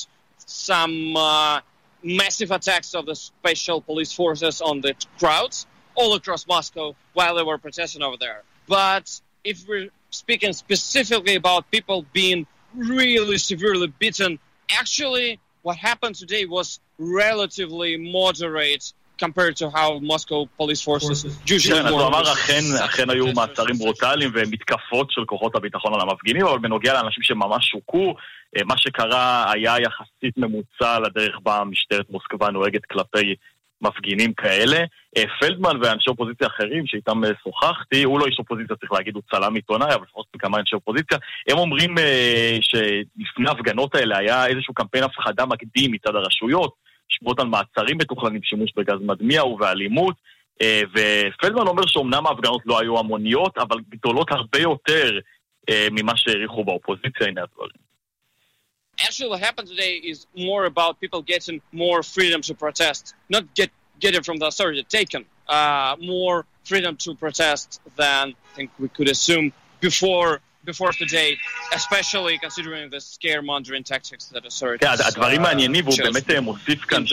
some massive attacks of the special police forces on the crowds all across Moscow while they were protesting over there. But if we're speaking specifically about people being really severely beaten, actually what happened today was relatively moderate compared to how Moscow police forces usually כן, אז הוא אמר אכן היו מעצרים ברוטליים ומתקפות של כוחות הביטחון על המפגינים, אבל בנוגע לאנשים שממש שוקו, מה שקרה היה יחסית ממוצע לדרך בה משטרת מוסקבה נוהגת כלפי מפגינים כאלה. פלדמן ואנשי אופוזיציה אחרים שאיתם שוחחתי, הוא לא איש אופוזיציה, צריך להגיד, הוא צלם עיתונאי, אבל לפחות כמה אנשי אופוזיציה, הם אומרים שלפני ההפגנות האלה היה איזשהו קמפיין הפחדה מקדים מצד הרשויות, שמות על מעצרים מתוכננים בשימוש בגז מדמיע ובאלימות, ופלדמן אומר שאומנם ההפגנות לא היו המוניות, אבל גדולות הרבה יותר ממה שהעריכו באופוזיציה. הנה הדברים. Actually, what happened today is more about people getting more freedom to protest, not get it from the authority taken, more freedom to protest than I think we could assume before today, especially considering the scaremongering tactics that authorities כן, הדברים מעניינים, והוא באמת מוסיף כאן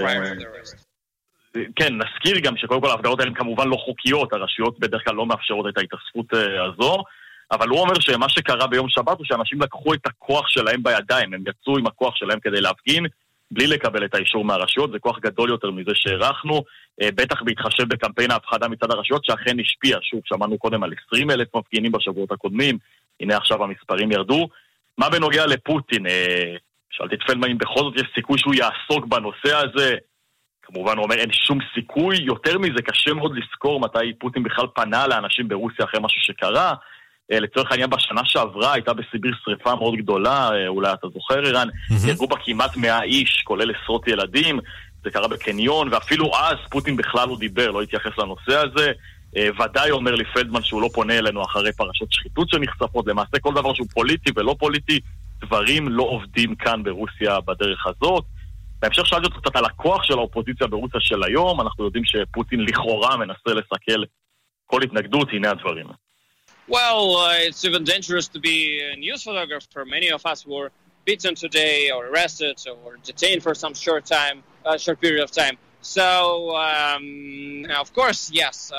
כן, נזכיר גם שקודם כל ההפגנות האלה כמובן לא חוקיות, הרשויות בדרך כלל לא מאפשרות את ההתאספות הזו, אבל הוא אומר שמה שקרה ביום שבת הוא שאנשים לקחו את הכוח שלהם בידיים, הם יצאו עם הכוח שלהם כדי להפגין, בלי לקבל את האישור מהרשויות, זה כוח גדול יותר מזה שהערכנו, בטח בהתחשב בקמפיין ההפחדה מצד הרשויות שהאכן השפיע, שוב, שמענו קודם על 20,000 מפגינים בשבועות הקודמים, הנה עכשיו המספרים ירדו. מה בנוגע לפוטין? שאלתי את פלדמן אם בכל זאת יש סיכוי שהוא יעסוק בנושא הזה, כמובן הוא אומר אין שום סיכוי, יותר מזה קשה מאוד לזכור מתי פוטין בכלל פנה לאנשים ברוסיה אחרי משהו שקרה, לצורך העניין בשנה שעברה הייתה בסיביר שריפה מאוד גדולה, אולי אתה זוכר אירן, נהרגו בה כמעט 100 איש, כולל עשרות ילדים, זה קרה בקניון, ואפילו אז פוטין בכלל לא דיבר, לא התייחס לנושא הזה, ודאי אומר לי פלדמן שהוא לא פונה אלינו אחרי פרשות שחיתות שנחשפות, למעשה כל דבר שהוא פוליטי ולא פוליטי, דברים לא עובדים כאן ברוסיה בדרך הזאת. בהמשך שאלתי אותך קצת על הכוח של האופוזיציה ברוסיה של היום, אנחנו יודעים שפוטין לכאורה מנסה לסכל כל התנגדות, הנה הדברים. Well, it's even dangerous to be a news photographer. Many of us were beaten today or arrested or detained for some short period of time. So, of course, yes.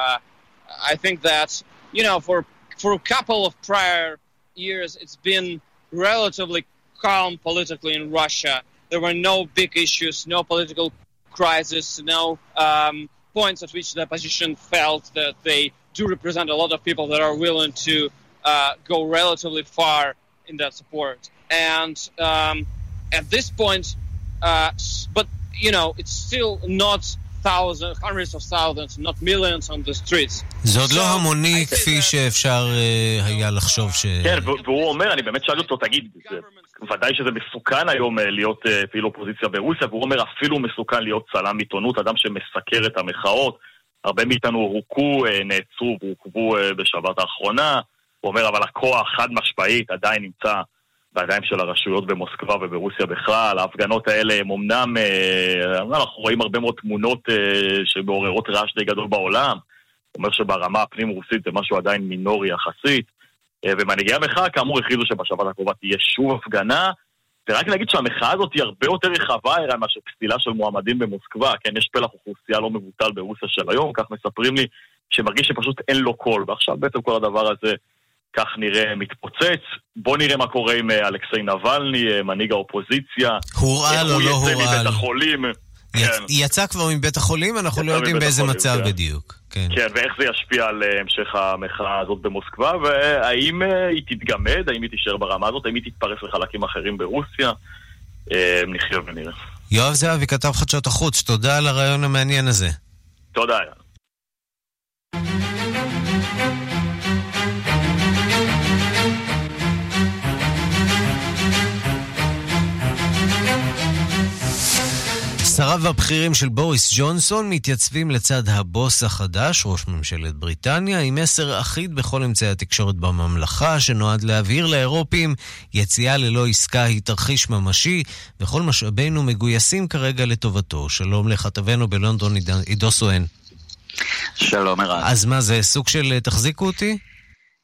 I think that, you know, for a couple of prior years, it's been relatively calm politically in Russia. There were no big issues, no political crisis, no points at which the opposition felt that they do represent a lot of people that are willing to go relatively far in that support. And at this point, but you know, it's still not thousands, hundreds of thousands, not millions on the streets. זה עוד לא המוני כפי שאפשר היה לחשוב ש... כן, והוא אומר, אני באמת שאל אותו, תגיד, ודאי שזה מסוכן היום להיות פעיל אופוזיציה ברוסיה, והוא אומר אפילו מסוכן להיות צלם עיתונות, אדם שמסקר את המחאות, הרבה מאיתנו הוכו, נעצרו והוקבו בשבת האחרונה, הוא אומר, אבל הכוח חד משמעית עדיין נמצא בידיים של הרשויות במוסקבה וברוסיה בכלל. ההפגנות האלה הם אמנם, אנחנו רואים הרבה מאוד תמונות שמעוררות רעש די גדול בעולם, הוא אומר שברמה הפנים רוסית זה משהו עדיין מינורי יחסית, ומנהיגי המחאה כאמור הכריזו שבשבת הקרובה תהיה שוב הפגנה, ורק להגיד שהמחאה הזאת היא הרבה יותר רחבה מאשר פסילה של מועמדים במוסקבה, כן, יש פלח אוכלוסייה לא מבוטל ברוסיה של היום, כך מספרים לי, שמרגיש שפשוט אין לו קול, ועכשיו בעצם כל הדבר הזה כך נראה מתפוצץ. בוא נראה מה קורה עם אלכסיי נבלני, מנהיג האופוזיציה. הורעל או לא הורעל? הוא יצא מבית החולים. יצא כבר מבית החולים, אנחנו לא יודעים באיזה מצב בדיוק. כן, ואיך זה ישפיע על המשך המחאה הזאת במוסקבה, והאם היא תתגמד, האם היא תישאר ברמה הזאת, האם היא תתפרס לחלקים אחרים ברוסיה, נחיה ונראה. יואב זהבי, כתב חדשות החוץ, תודה על הרעיון המעניין הזה. תודה. שריו הבכירים של בוריס ג'ונסון מתייצבים לצד הבוס החדש, ראש ממשלת בריטניה, עם מסר אחיד בכל אמצעי התקשורת בממלכה, שנועד להבהיר לאירופים, יציאה ללא עסקה היא תרחיש ממשי, וכל משאבינו מגויסים כרגע לטובתו. שלום לכתבנו בלונדון, עידו סואן. שלום ערן. אז מה זה, סוג של תחזיקו אותי?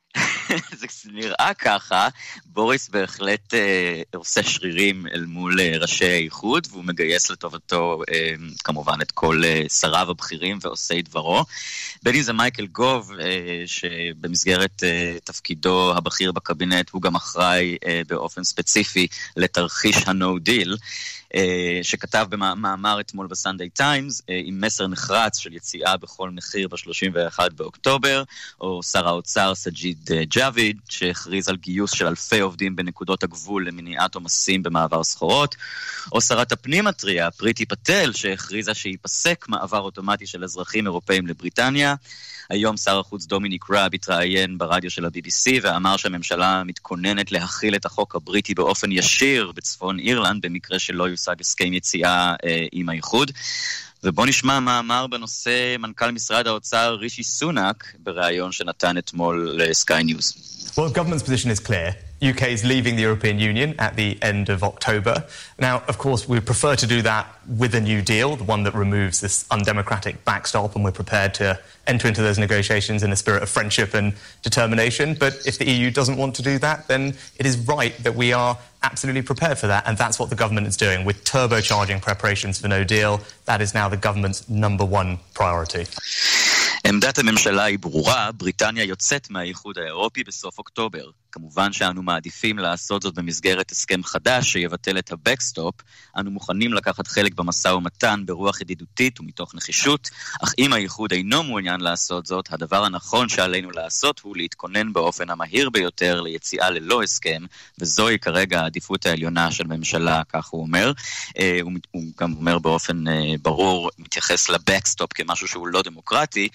זה נראה ככה, בוריס בהחלט עושה שרירים אל מול ראשי האיחוד, והוא מגייס לטובתו כמובן את כל שריו הבכירים ועושי דברו. בין אם זה מייקל גוב, שבמסגרת תפקידו הבכיר בקבינט, הוא גם אחראי באופן ספציפי לתרחיש ה-No Deal, שכתב במאמר אתמול בסנדיי טיימס, עם מסר נחרץ של יציאה בכל מחיר ב-31 באוקטובר, או שר האוצר סג'יד ג'אביד, שהכריז על גיוס של אלפי עובדים בנקודות הגבול למניעת עומסים במעבר סחורות, או שרת הפנים הטריה, פריטי פטל, שהכריזה שיפסק מעבר אוטומטי של אזרחים אירופאים לבריטניה. היום שר החוץ דומיניק ראב התראיין ברדיו של ה-BBC ואמר שהממשלה מתכוננת להכיל את החוק הבריטי באופן ישיר בצפון אירלנד, במקרה שלא יושג הסכם יציאה עם האיחוד. ובוא נשמע מה אמר בנושא מנכ"ל משרד האוצר רישי סונאק בראיון שנתן אתמול לסקיי ניוז. Well, the government's position is clear. UK is leaving the European Union at the end of October. Now, of course, we would prefer to do that with a new deal, the one that removes this undemocratic backstop, and we're prepared to enter into those negotiations in a spirit of friendship and determination. But if the EU doesn't want to do that, then it is right that we are absolutely prepared for that, and that's what the government is doing, with turbocharging preparations for no deal. That is now the government's number one priority. עמדת הממשלה היא ברורה, בריטניה יוצאת מהאיחוד האירופי בסוף אוקטובר. כמובן שאנו מעדיפים לעשות זאת במסגרת הסכם חדש שיבטל את הבקסטופ. אנו מוכנים לקחת חלק במשא ומתן ברוח ידידותית ומתוך נחישות, אך אם האיחוד אינו מעוניין לעשות זאת, הדבר הנכון שעלינו לעשות הוא להתכונן באופן המהיר ביותר ליציאה ללא הסכם, וזוהי כרגע העדיפות העליונה של ממשלה, כך הוא אומר. הוא גם אומר באופן ברור, מתייחס לבקסטופ כמשהו שהוא לא דמוקרטי,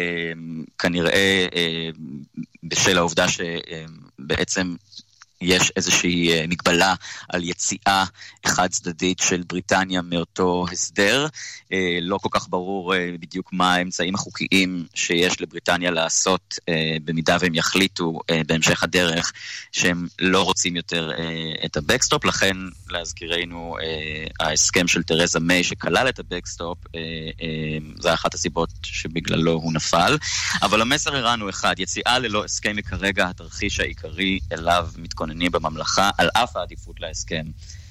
כנראה בשל העובדה שבעצם יש איזושהי מגבלה על יציאה חד צדדית של בריטניה מאותו הסדר. לא כל כך ברור בדיוק מה האמצעים החוקיים שיש לבריטניה לעשות במידה והם יחליטו בהמשך הדרך שהם לא רוצים יותר את הבקסטופ. לכן להזכירנו ההסכם של תרזה מיי שכלל את הבקסטופ, זה אחת הסיבות שבגללו הוא נפל. אבל המסר הרענו אחד, יציאה ללא הסכם היא כרגע התרחיש העיקרי אליו מתכוננים בממלכה, על אף העדיפות להסכם.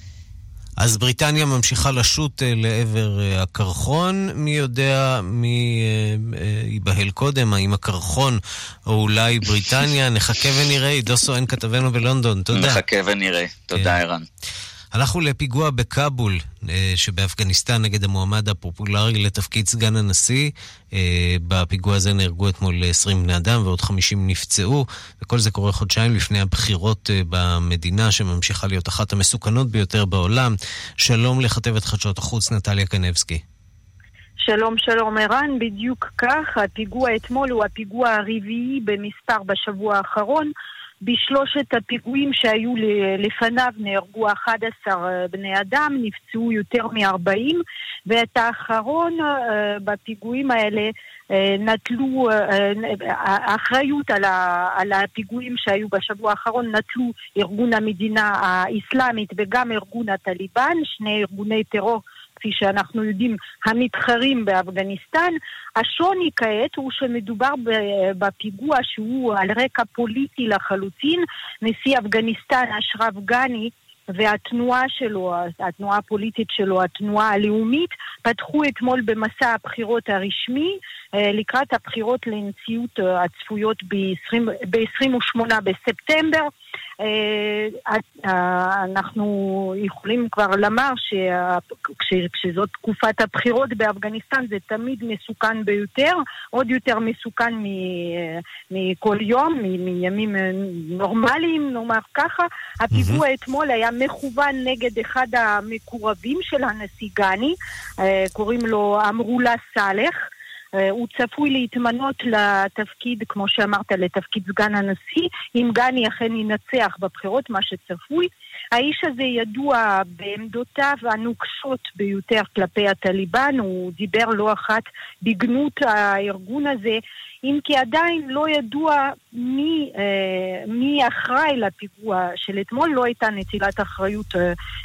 אז בריטניה ממשיכה לשוט לעבר הקרחון. מי יודע מי ייבהל קודם, האם הקרחון או אולי בריטניה? נחכה ונראה. עידו סואן כתבנו בלונדון, תודה. נחכה ונראה, תודה ערן. הלכנו לפיגוע בקאבול שבאפגניסטן נגד המועמד הפופולרי לתפקיד סגן הנשיא. בפיגוע הזה נהרגו אתמול 20 בני אדם ועוד 50 נפצעו, וכל זה קורה חודשיים לפני הבחירות במדינה שממשיכה להיות אחת המסוכנות ביותר בעולם. שלום לכתבת חדשות החוץ נטליה קנבסקי. שלום ערן, בדיוק כך. הפיגוע אתמול הוא הפיגוע הרביעי במספר בשבוע האחרון. בשלושת הפיגועים שהיו לפניו נהרגו 11 בני אדם, נפצעו יותר מ-40, ואת האחרון בפיגועים האלה נטלו, האחריות על הפיגועים שהיו בשבוע האחרון נטלו ארגון המדינה האסלאמית וגם ארגון הטליבן, שני ארגוני טרור כפי שאנחנו יודעים, המתחרים באפגניסטן. השוני כעת הוא שמדובר בפיגוע שהוא על רקע פוליטי לחלוטין. נשיא אפגניסטן אשרף גאני והתנועה שלו, התנועה הפוליטית שלו, התנועה הלאומית, פתחו אתמול במסע הבחירות הרשמי לקראת הבחירות לנשיאות הצפויות ב-28 בספטמבר. אנחנו יכולים כבר לומר שכשזאת תקופת הבחירות באפגניסטן זה תמיד מסוכן ביותר, עוד יותר מסוכן מכל יום, מימים נורמליים, נאמר ככה. הפיגוע אתמול היה מכוון נגד אחד המקורבים של הנשיא גאני, קוראים לו אמרולה סאלח. הוא צפוי להתמנות לתפקיד, כמו שאמרת, לתפקיד סגן הנשיא, אם גאני אכן ינצח בבחירות, מה שצפוי. האיש הזה ידוע בעמדותיו הנוקשות ביותר כלפי הטליבן, הוא דיבר לא אחת בגנות הארגון הזה, אם כי עדיין לא ידוע מי אחראי לפיגוע של אתמול, לא הייתה נטילת אחריות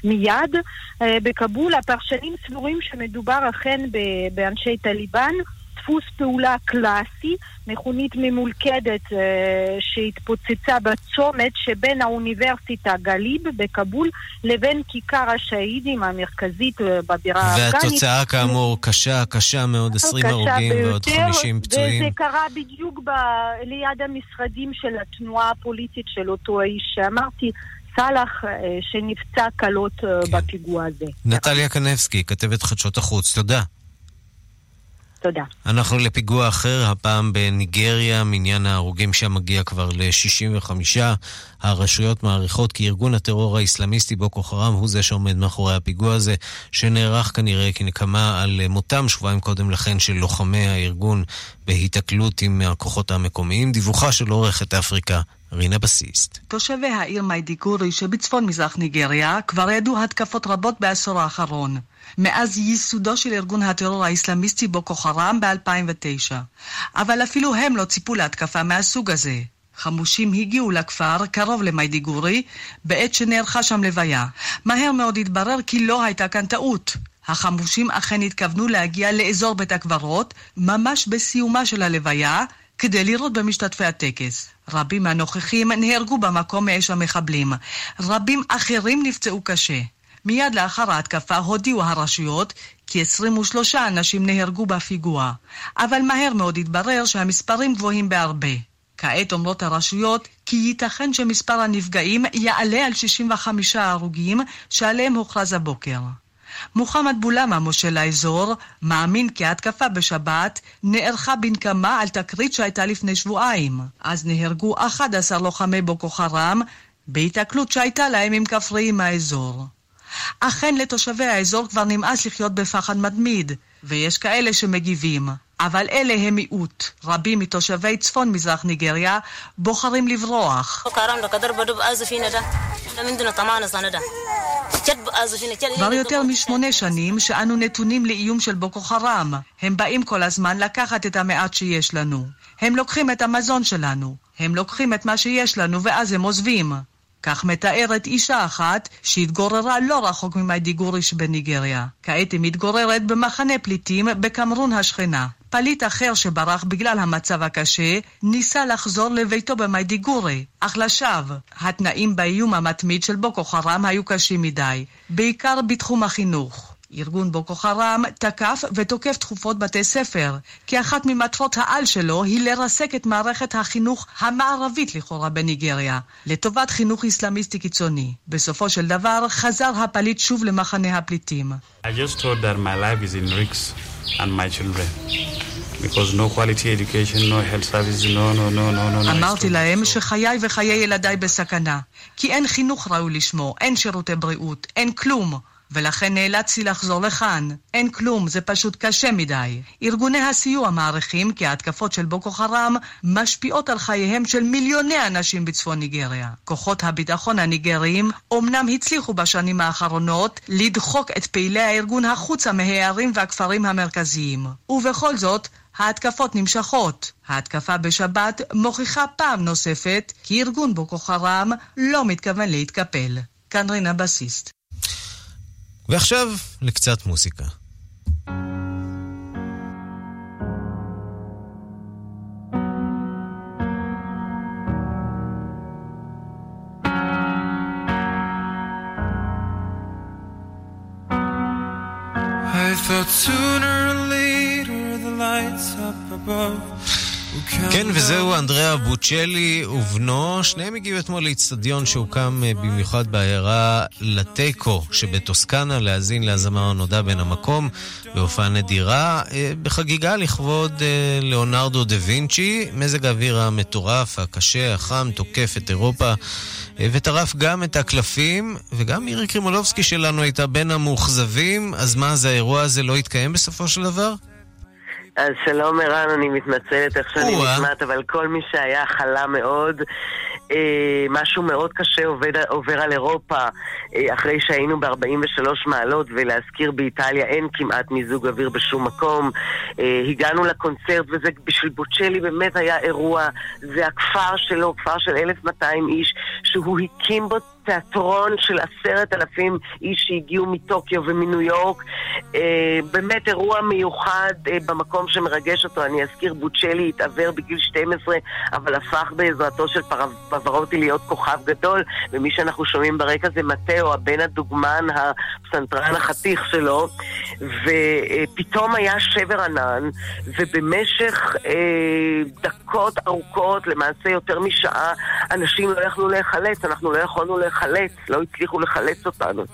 מיד. בקבול הפרשנים סבורים שמדובר אכן באנשי טליבן, דפוס פעולה קלאסי, מכונית ממולכדת שהתפוצצה בצומת שבין האוניברסיטה גליב בקבול לבין כיכר השהידים המרכזית בבירה האפגנית. והתוצאה כאמור קשה מאוד, 20 הרוגים ועוד 50 פצועים. וזה קרה בדיוק ליד המשרדים של התנועה הפוליטית של אותו האיש שאמרתי, סלח, שנפצע קלות בפיגוע הזה. נטליה קנבסקי, כתבת חדשות החוץ, תודה. תודה. אנחנו לפיגוע אחר, הפעם בניגריה, מניין ההרוגים שם מגיע כבר ל-65. הרשויות מעריכות כי ארגון הטרור האסלאמיסטי בוקו חרם הוא זה שעומד מאחורי הפיגוע הזה, שנערך כנראה כנקמה על מותם שבועיים קודם לכן של לוחמי הארגון בהיתקלות עם הכוחות המקומיים. דיווחה של עורכת אפריקה, רינה בסיסט. תושבי העיר מיידיגורי שבצפון מזרח ניגריה כבר ידעו התקפות רבות בעשור האחרון, מאז ייסודו של ארגון הטרור האסלאמיסטי בוקו חרם ב-2009. אבל אפילו הם לא ציפו להתקפה מהסוג הזה. חמושים הגיעו לכפר קרוב למיידיגורי בעת שנערכה שם לוויה. מהר מאוד התברר כי לא הייתה כאן טעות. החמושים אכן התכוונו להגיע לאזור בית הקברות ממש בסיומה של הלוויה כדי לראות במשתתפי הטקס. רבים מהנוכחים נהרגו במקום מאש המחבלים. רבים אחרים נפצעו קשה. מיד לאחר ההתקפה הודיעו הרשויות כי 23 אנשים נהרגו בפיגוע. אבל מהר מאוד התברר שהמספרים גבוהים בהרבה. כעת אומרות הרשויות כי ייתכן שמספר הנפגעים יעלה על 65 הרוגים שעליהם הוכרז הבוקר. מוחמד בולמה, מושל האזור, מאמין כי ההתקפה בשבת נערכה בנקמה על תקרית שהייתה לפני שבועיים. אז נהרגו 11 לוחמי בוקו חרם בהיתקלות שהייתה להם עם כפריים מהאזור. אכן לתושבי האזור כבר נמאס לחיות בפחד מתמיד, ויש כאלה שמגיבים. אבל אלה הם מיעוט. רבים מתושבי צפון מזרח ניגריה בוחרים לברוח. כבר יותר מ8 שנים שאנו נתונים לאיום של בוקו חרם. הם באים כל הזמן לקחת את המעט שיש לנו. הם לוקחים את המזון שלנו. הם לוקחים את מה שיש לנו ואז הם עוזבים. כך מתארת אישה אחת שהתגוררה לא רחוק ממיידיגורי שבניגריה. כעת היא מתגוררת במחנה פליטים בקמרון השכנה. פליט אחר שברח בגלל המצב הקשה ניסה לחזור לביתו במיידיגורי, אך לשווא. התנאים באיום המתמיד של בוקו חרם היו קשים מדי, בעיקר בתחום החינוך. ארגון בוקו חרם תקף ותוקף תחופות בתי ספר, כי אחת ממטרות העל שלו היא לרסק את מערכת החינוך המערבית לכאורה בניגריה, לטובת חינוך אסלאמיסטי קיצוני. בסופו של דבר חזר הפליט שוב למחנה הפליטים. I just thought that my life is in risks and my children. Because no quality education, no health services, no. אמרתי להם שחיי וחיי ילדיי בסכנה, כי אין חינוך ראוי לשמו, אין שירותי בריאות, אין כלום. ולכן נאלצתי לחזור לכאן. אין כלום, זה פשוט קשה מדי. ארגוני הסיוע מעריכים כי ההתקפות של בוקו חרם משפיעות על חייהם של מיליוני אנשים בצפון ניגריה. כוחות הביטחון הניגריים אומנם הצליחו בשנים האחרונות לדחוק את פעילי הארגון החוצה מהערים והכפרים המרכזיים. ובכל זאת, ההתקפות נמשכות. ההתקפה בשבת מוכיחה פעם נוספת כי ארגון בוקו חרם לא מתכוון להתקפל. כאן רינה בסיסט. ועכשיו לקצת מוסיקה. I thought sooner or later the lights up above. כן, וזהו אנדריאה בוצ'לי ובנו. שניהם הגיעו אתמול לאצטדיון שהוקם במיוחד בעיירה לטיקו שבטוסקנה להזין להזמר הנודע בן המקום בהופעה נדירה בחגיגה לכבוד ליאונרדו דה וינצ'י. מזג האוויר המטורף, הקשה, החם, תוקף את אירופה וטרף גם את הקלפים, וגם מירי קרימולובסקי שלנו הייתה בין המאוכזבים. אז מה, זה האירוע הזה לא התקיים בסופו של דבר? אז שלום ערן, אני מתנצלת איך שאני נשמעת, אבל כל מי שהיה חלה מאוד, משהו מאוד קשה עובר על אירופה, אחרי שהיינו ב-43 מעלות, ולהזכיר באיטליה אין כמעט מיזוג אוויר בשום מקום. הגענו לקונצרט, וזה בשביל בוצ'לי באמת היה אירוע. זה הכפר שלו, כפר של 1200 איש, שהוא הקים בו תיאטרון של 10,000 איש שהגיעו מטוקיו ומניו יורק. באמת אירוע מיוחד במקום שמרגש אותו. אני אזכיר, בוצ'לי התעבר בגיל 12, אבל הפך בעזרתו של פברוטי להיות כוכב גדול, ומי שאנחנו שומעים ברקע זה מטאו, הבן הדוגמן, הפסנתרן החתיך שלו, ופתאום היה שבר ענן, ובמשך דקות ארוכות, למעשה יותר משעה, אנשים לא יכלו להיחלץ, אנחנו לא יכולנו להיחלץ, לא הצליחו לחלץ אותנו.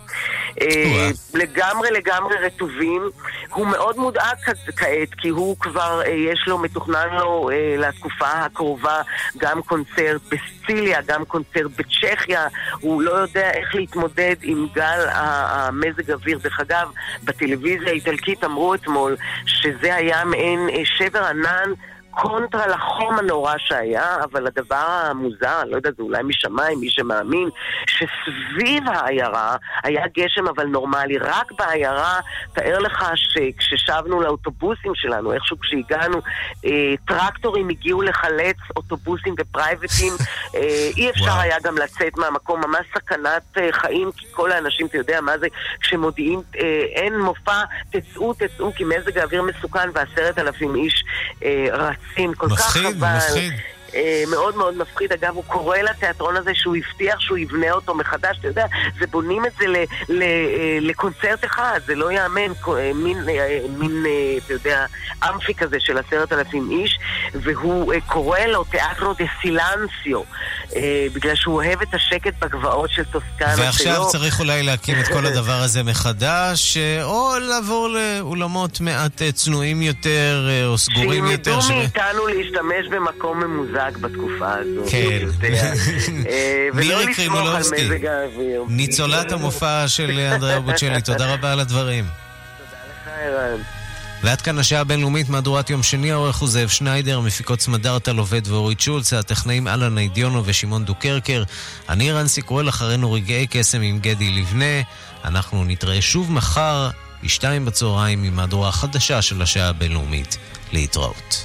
לגמרי רטובים. הוא מאוד מודאג כעת, כי הוא כבר, יש לו, מתוכנן לו לתקופה הקרובה גם קונצרט בסיציליה, גם קונצרט בצ'כיה. הוא לא יודע איך להתמודד עם גל המזג אוויר. דרך אגב, בטלוויזיה האיטלקית אמרו אתמול שזה היה מעין שבר ענן קונטרה לחום הנורא שהיה, אבל הדבר המוזר, לא יודע, זה אולי משמיים, מי שמאמין, שסביב העיירה היה גשם אבל נורמלי, רק בעיירה. תאר לך שכששבנו לאוטובוסים שלנו, איכשהו כשהגענו, טרקטורים הגיעו לחלץ אוטובוסים ופרייבטים, אי אפשר היה גם לצאת מהמקום, ממש סכנת חיים, כי כל האנשים, אתה יודע מה זה, כשמודיעים אין מופע, תצאו, כי מזג האוויר מסוכן, ו10,000 איש רצים, כל כך חבל. מפחיד. מאוד מאוד מפחיד. אגב, הוא קורא לתיאטרון הזה שהוא הבטיח שהוא יבנה אותו מחדש. אתה יודע, זה בונים את זה לקונצרט אחד, זה לא יאמן, מין אתה יודע, אמפי כזה של 10,000 איש, והוא קורא לו תיאטרו דה סילנסיו, בגלל שהוא אוהב את השקט בגבעות של טוסקנה. ועכשיו צריך אולי להקים את כל הדבר הזה מחדש, או לעבור לאולמות מעט צנועים יותר, או סגורים יותר. שילמדו מאיתנו להשתמש במקום ממוזג בתקופה הזו. כן. ולא לסמוך על מזג האוויר. ניצולת המופע של אנדריאה בוצ'לי, תודה רבה על הדברים. תודה לך, ערן. ועד כאן השעה הבינלאומית, מהדורת יום שני. העורך הוא זאב שניידר, מפיקות סמדארטה לובד ואורית שולץ, הטכנאים אלן אידיונו ושמעון דוקרקר. אני רנסי קרואל, אחרינו רגעי קסם עם גדי לבנה. אנחנו נתראה שוב מחר ב-14:00 עם מהדורה חדשה של השעה הבינלאומית. להתראות.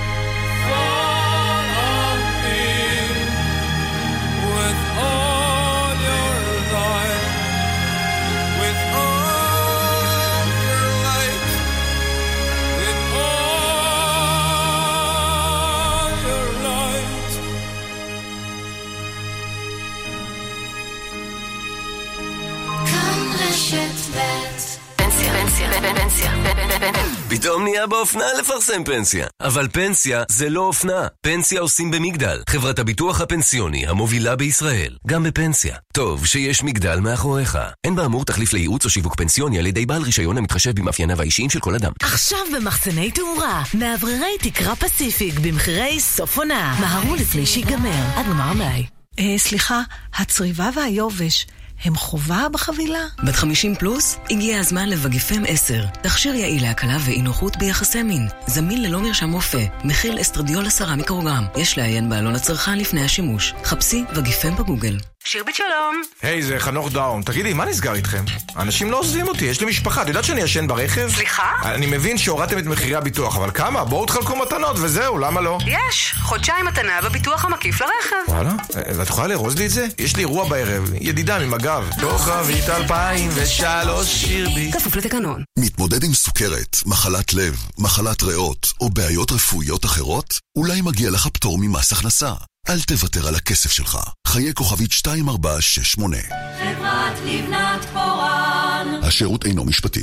פתאום נהיה באופנה לפרסם פנסיה. אבל פנסיה זה לא אופנה. פנסיה עושים במגדל, חברת הביטוח הפנסיוני המובילה בישראל. גם בפנסיה. טוב שיש מגדל מאחוריך. אין באמור תחליף לייעוץ או שיווק פנסיוני על ידי בעל רישיון המתחשב במאפייניו האישיים של כל אדם. עכשיו במחסני תאורה, מאווררי תקרה פסיפיק במחירי סוף עונה. מהרו לפני שיגמר, עד גמר מאי. סליחה, הצריבה והיובש הם חובה בחבילה? בת 50 פלוס? הגיע הזמן לבגיפם 10. תכשיר יעיל להקלה ואי נוחות ביחסי מין. זמין ללא מרשם רופא. מכיל אסטרדיול 10 מיקרוגרם. יש לעיין בעלון הצרכן לפני השימוש. חפשי וגיפם בגוגל. שירבית שלום. היי, זה חנוך דאון. תגידי, מה נסגר איתכם? אנשים לא עוזבים אותי, יש לי משפחה. את יודעת שאני ישן ברכב? סליחה? אני מבין שהורדתם את מחירי הביטוח, אבל כמה? בואו תחלקו מתנות וזהו, למה לא? יש, חודשיים מתנה בביטוח המקיף לרכב. וואלה? ואת יכולה לרוז לי את זה? יש לי אירוע בערב, ידידה ממג"ב. כוכבית 2003 שירבית. כפוף לתקנון. מתמודד עם סוכרת, מחלת לב, מחלת ריאות או בעיות רפואיות אחרות? אולי מגיע לך פטור ממס הכנסה. אל תוותר על הכסף שלך. חיי כוכבית 2468. חברת לבנת פורן. השירות אינו משפטי.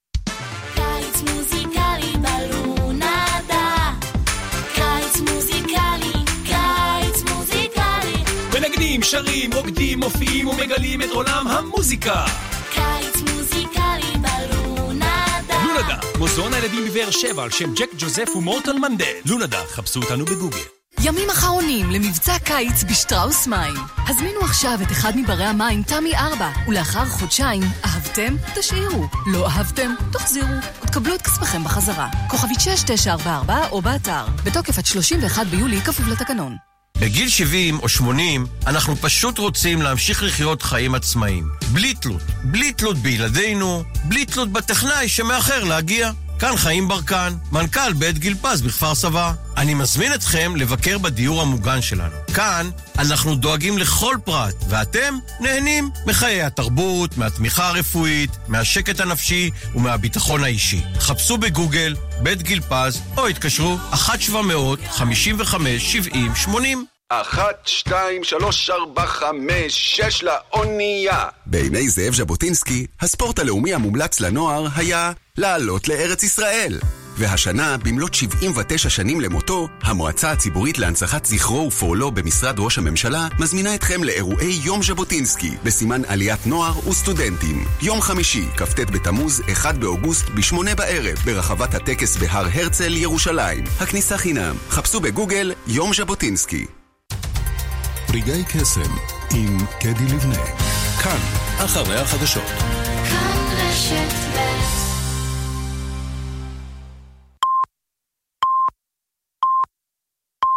קיץ מוזיקלי בלונדה. קיץ מוזיקלי, קיץ מוזיקלי. מנגנים, שרים, רוקדים, מופיעים ומגלים את עולם המוזיקה. קיץ מוזיקלי בלונדה. לונדה, מוזיאון הילדים בבאר שבע על שם ג'ק ג'וזף ומורטל מנדל. לונדה, חפשו אותנו בגוגל. ימים אחרונים למבצע קיץ בשטראוס מים. הזמינו עכשיו את אחד מברי המים תמי 4, ולאחר חודשיים, אהבתם? תשאירו. לא אהבתם? תחזירו. ותקבלו את כספכם בחזרה. כוכבית 6944 או באתר. בתוקף עד 31 ביולי כפוף לתקנון. בגיל 70 או 80 אנחנו פשוט רוצים להמשיך לחיות חיים עצמאיים. בלי תלות. בלי תלות בילדינו, בלי תלות בטכנאי שמאחר להגיע. כאן חיים ברקן, מנכ"ל בית גיל פז בכפר סבא. אני מזמין אתכם לבקר בדיור המוגן שלנו. כאן אנחנו דואגים לכל פרט, ואתם נהנים מחיי התרבות, מהתמיכה הרפואית, מהשקט הנפשי ומהביטחון האישי. חפשו בגוגל בית גיל פז, או התקשרו 1-700-55-70-80. 1, 2, 3, 4, 5, 6 לאונייה. בעיני זאב ז'בוטינסקי, הספורט הלאומי המומלץ לנוער היה לעלות לארץ ישראל. והשנה, במלאת 79 שנים למותו, המועצה הציבורית להנצחת זכרו ופועלו במשרד ראש הממשלה מזמינה אתכם לאירועי יום ז'בוטינסקי, בסימן עליית נוער וסטודנטים. יום חמישי, כ"ט בתמוז, 1 באוגוסט, ב8 בערב, ברחבת הטקס בהר הרצל, ירושלים. הכניסה חינם. חפשו בגוגל יום ז'בוטינסקי. רגעי קסם עם קדי לבנה. כאן, אחרי החדשות. כאן רשת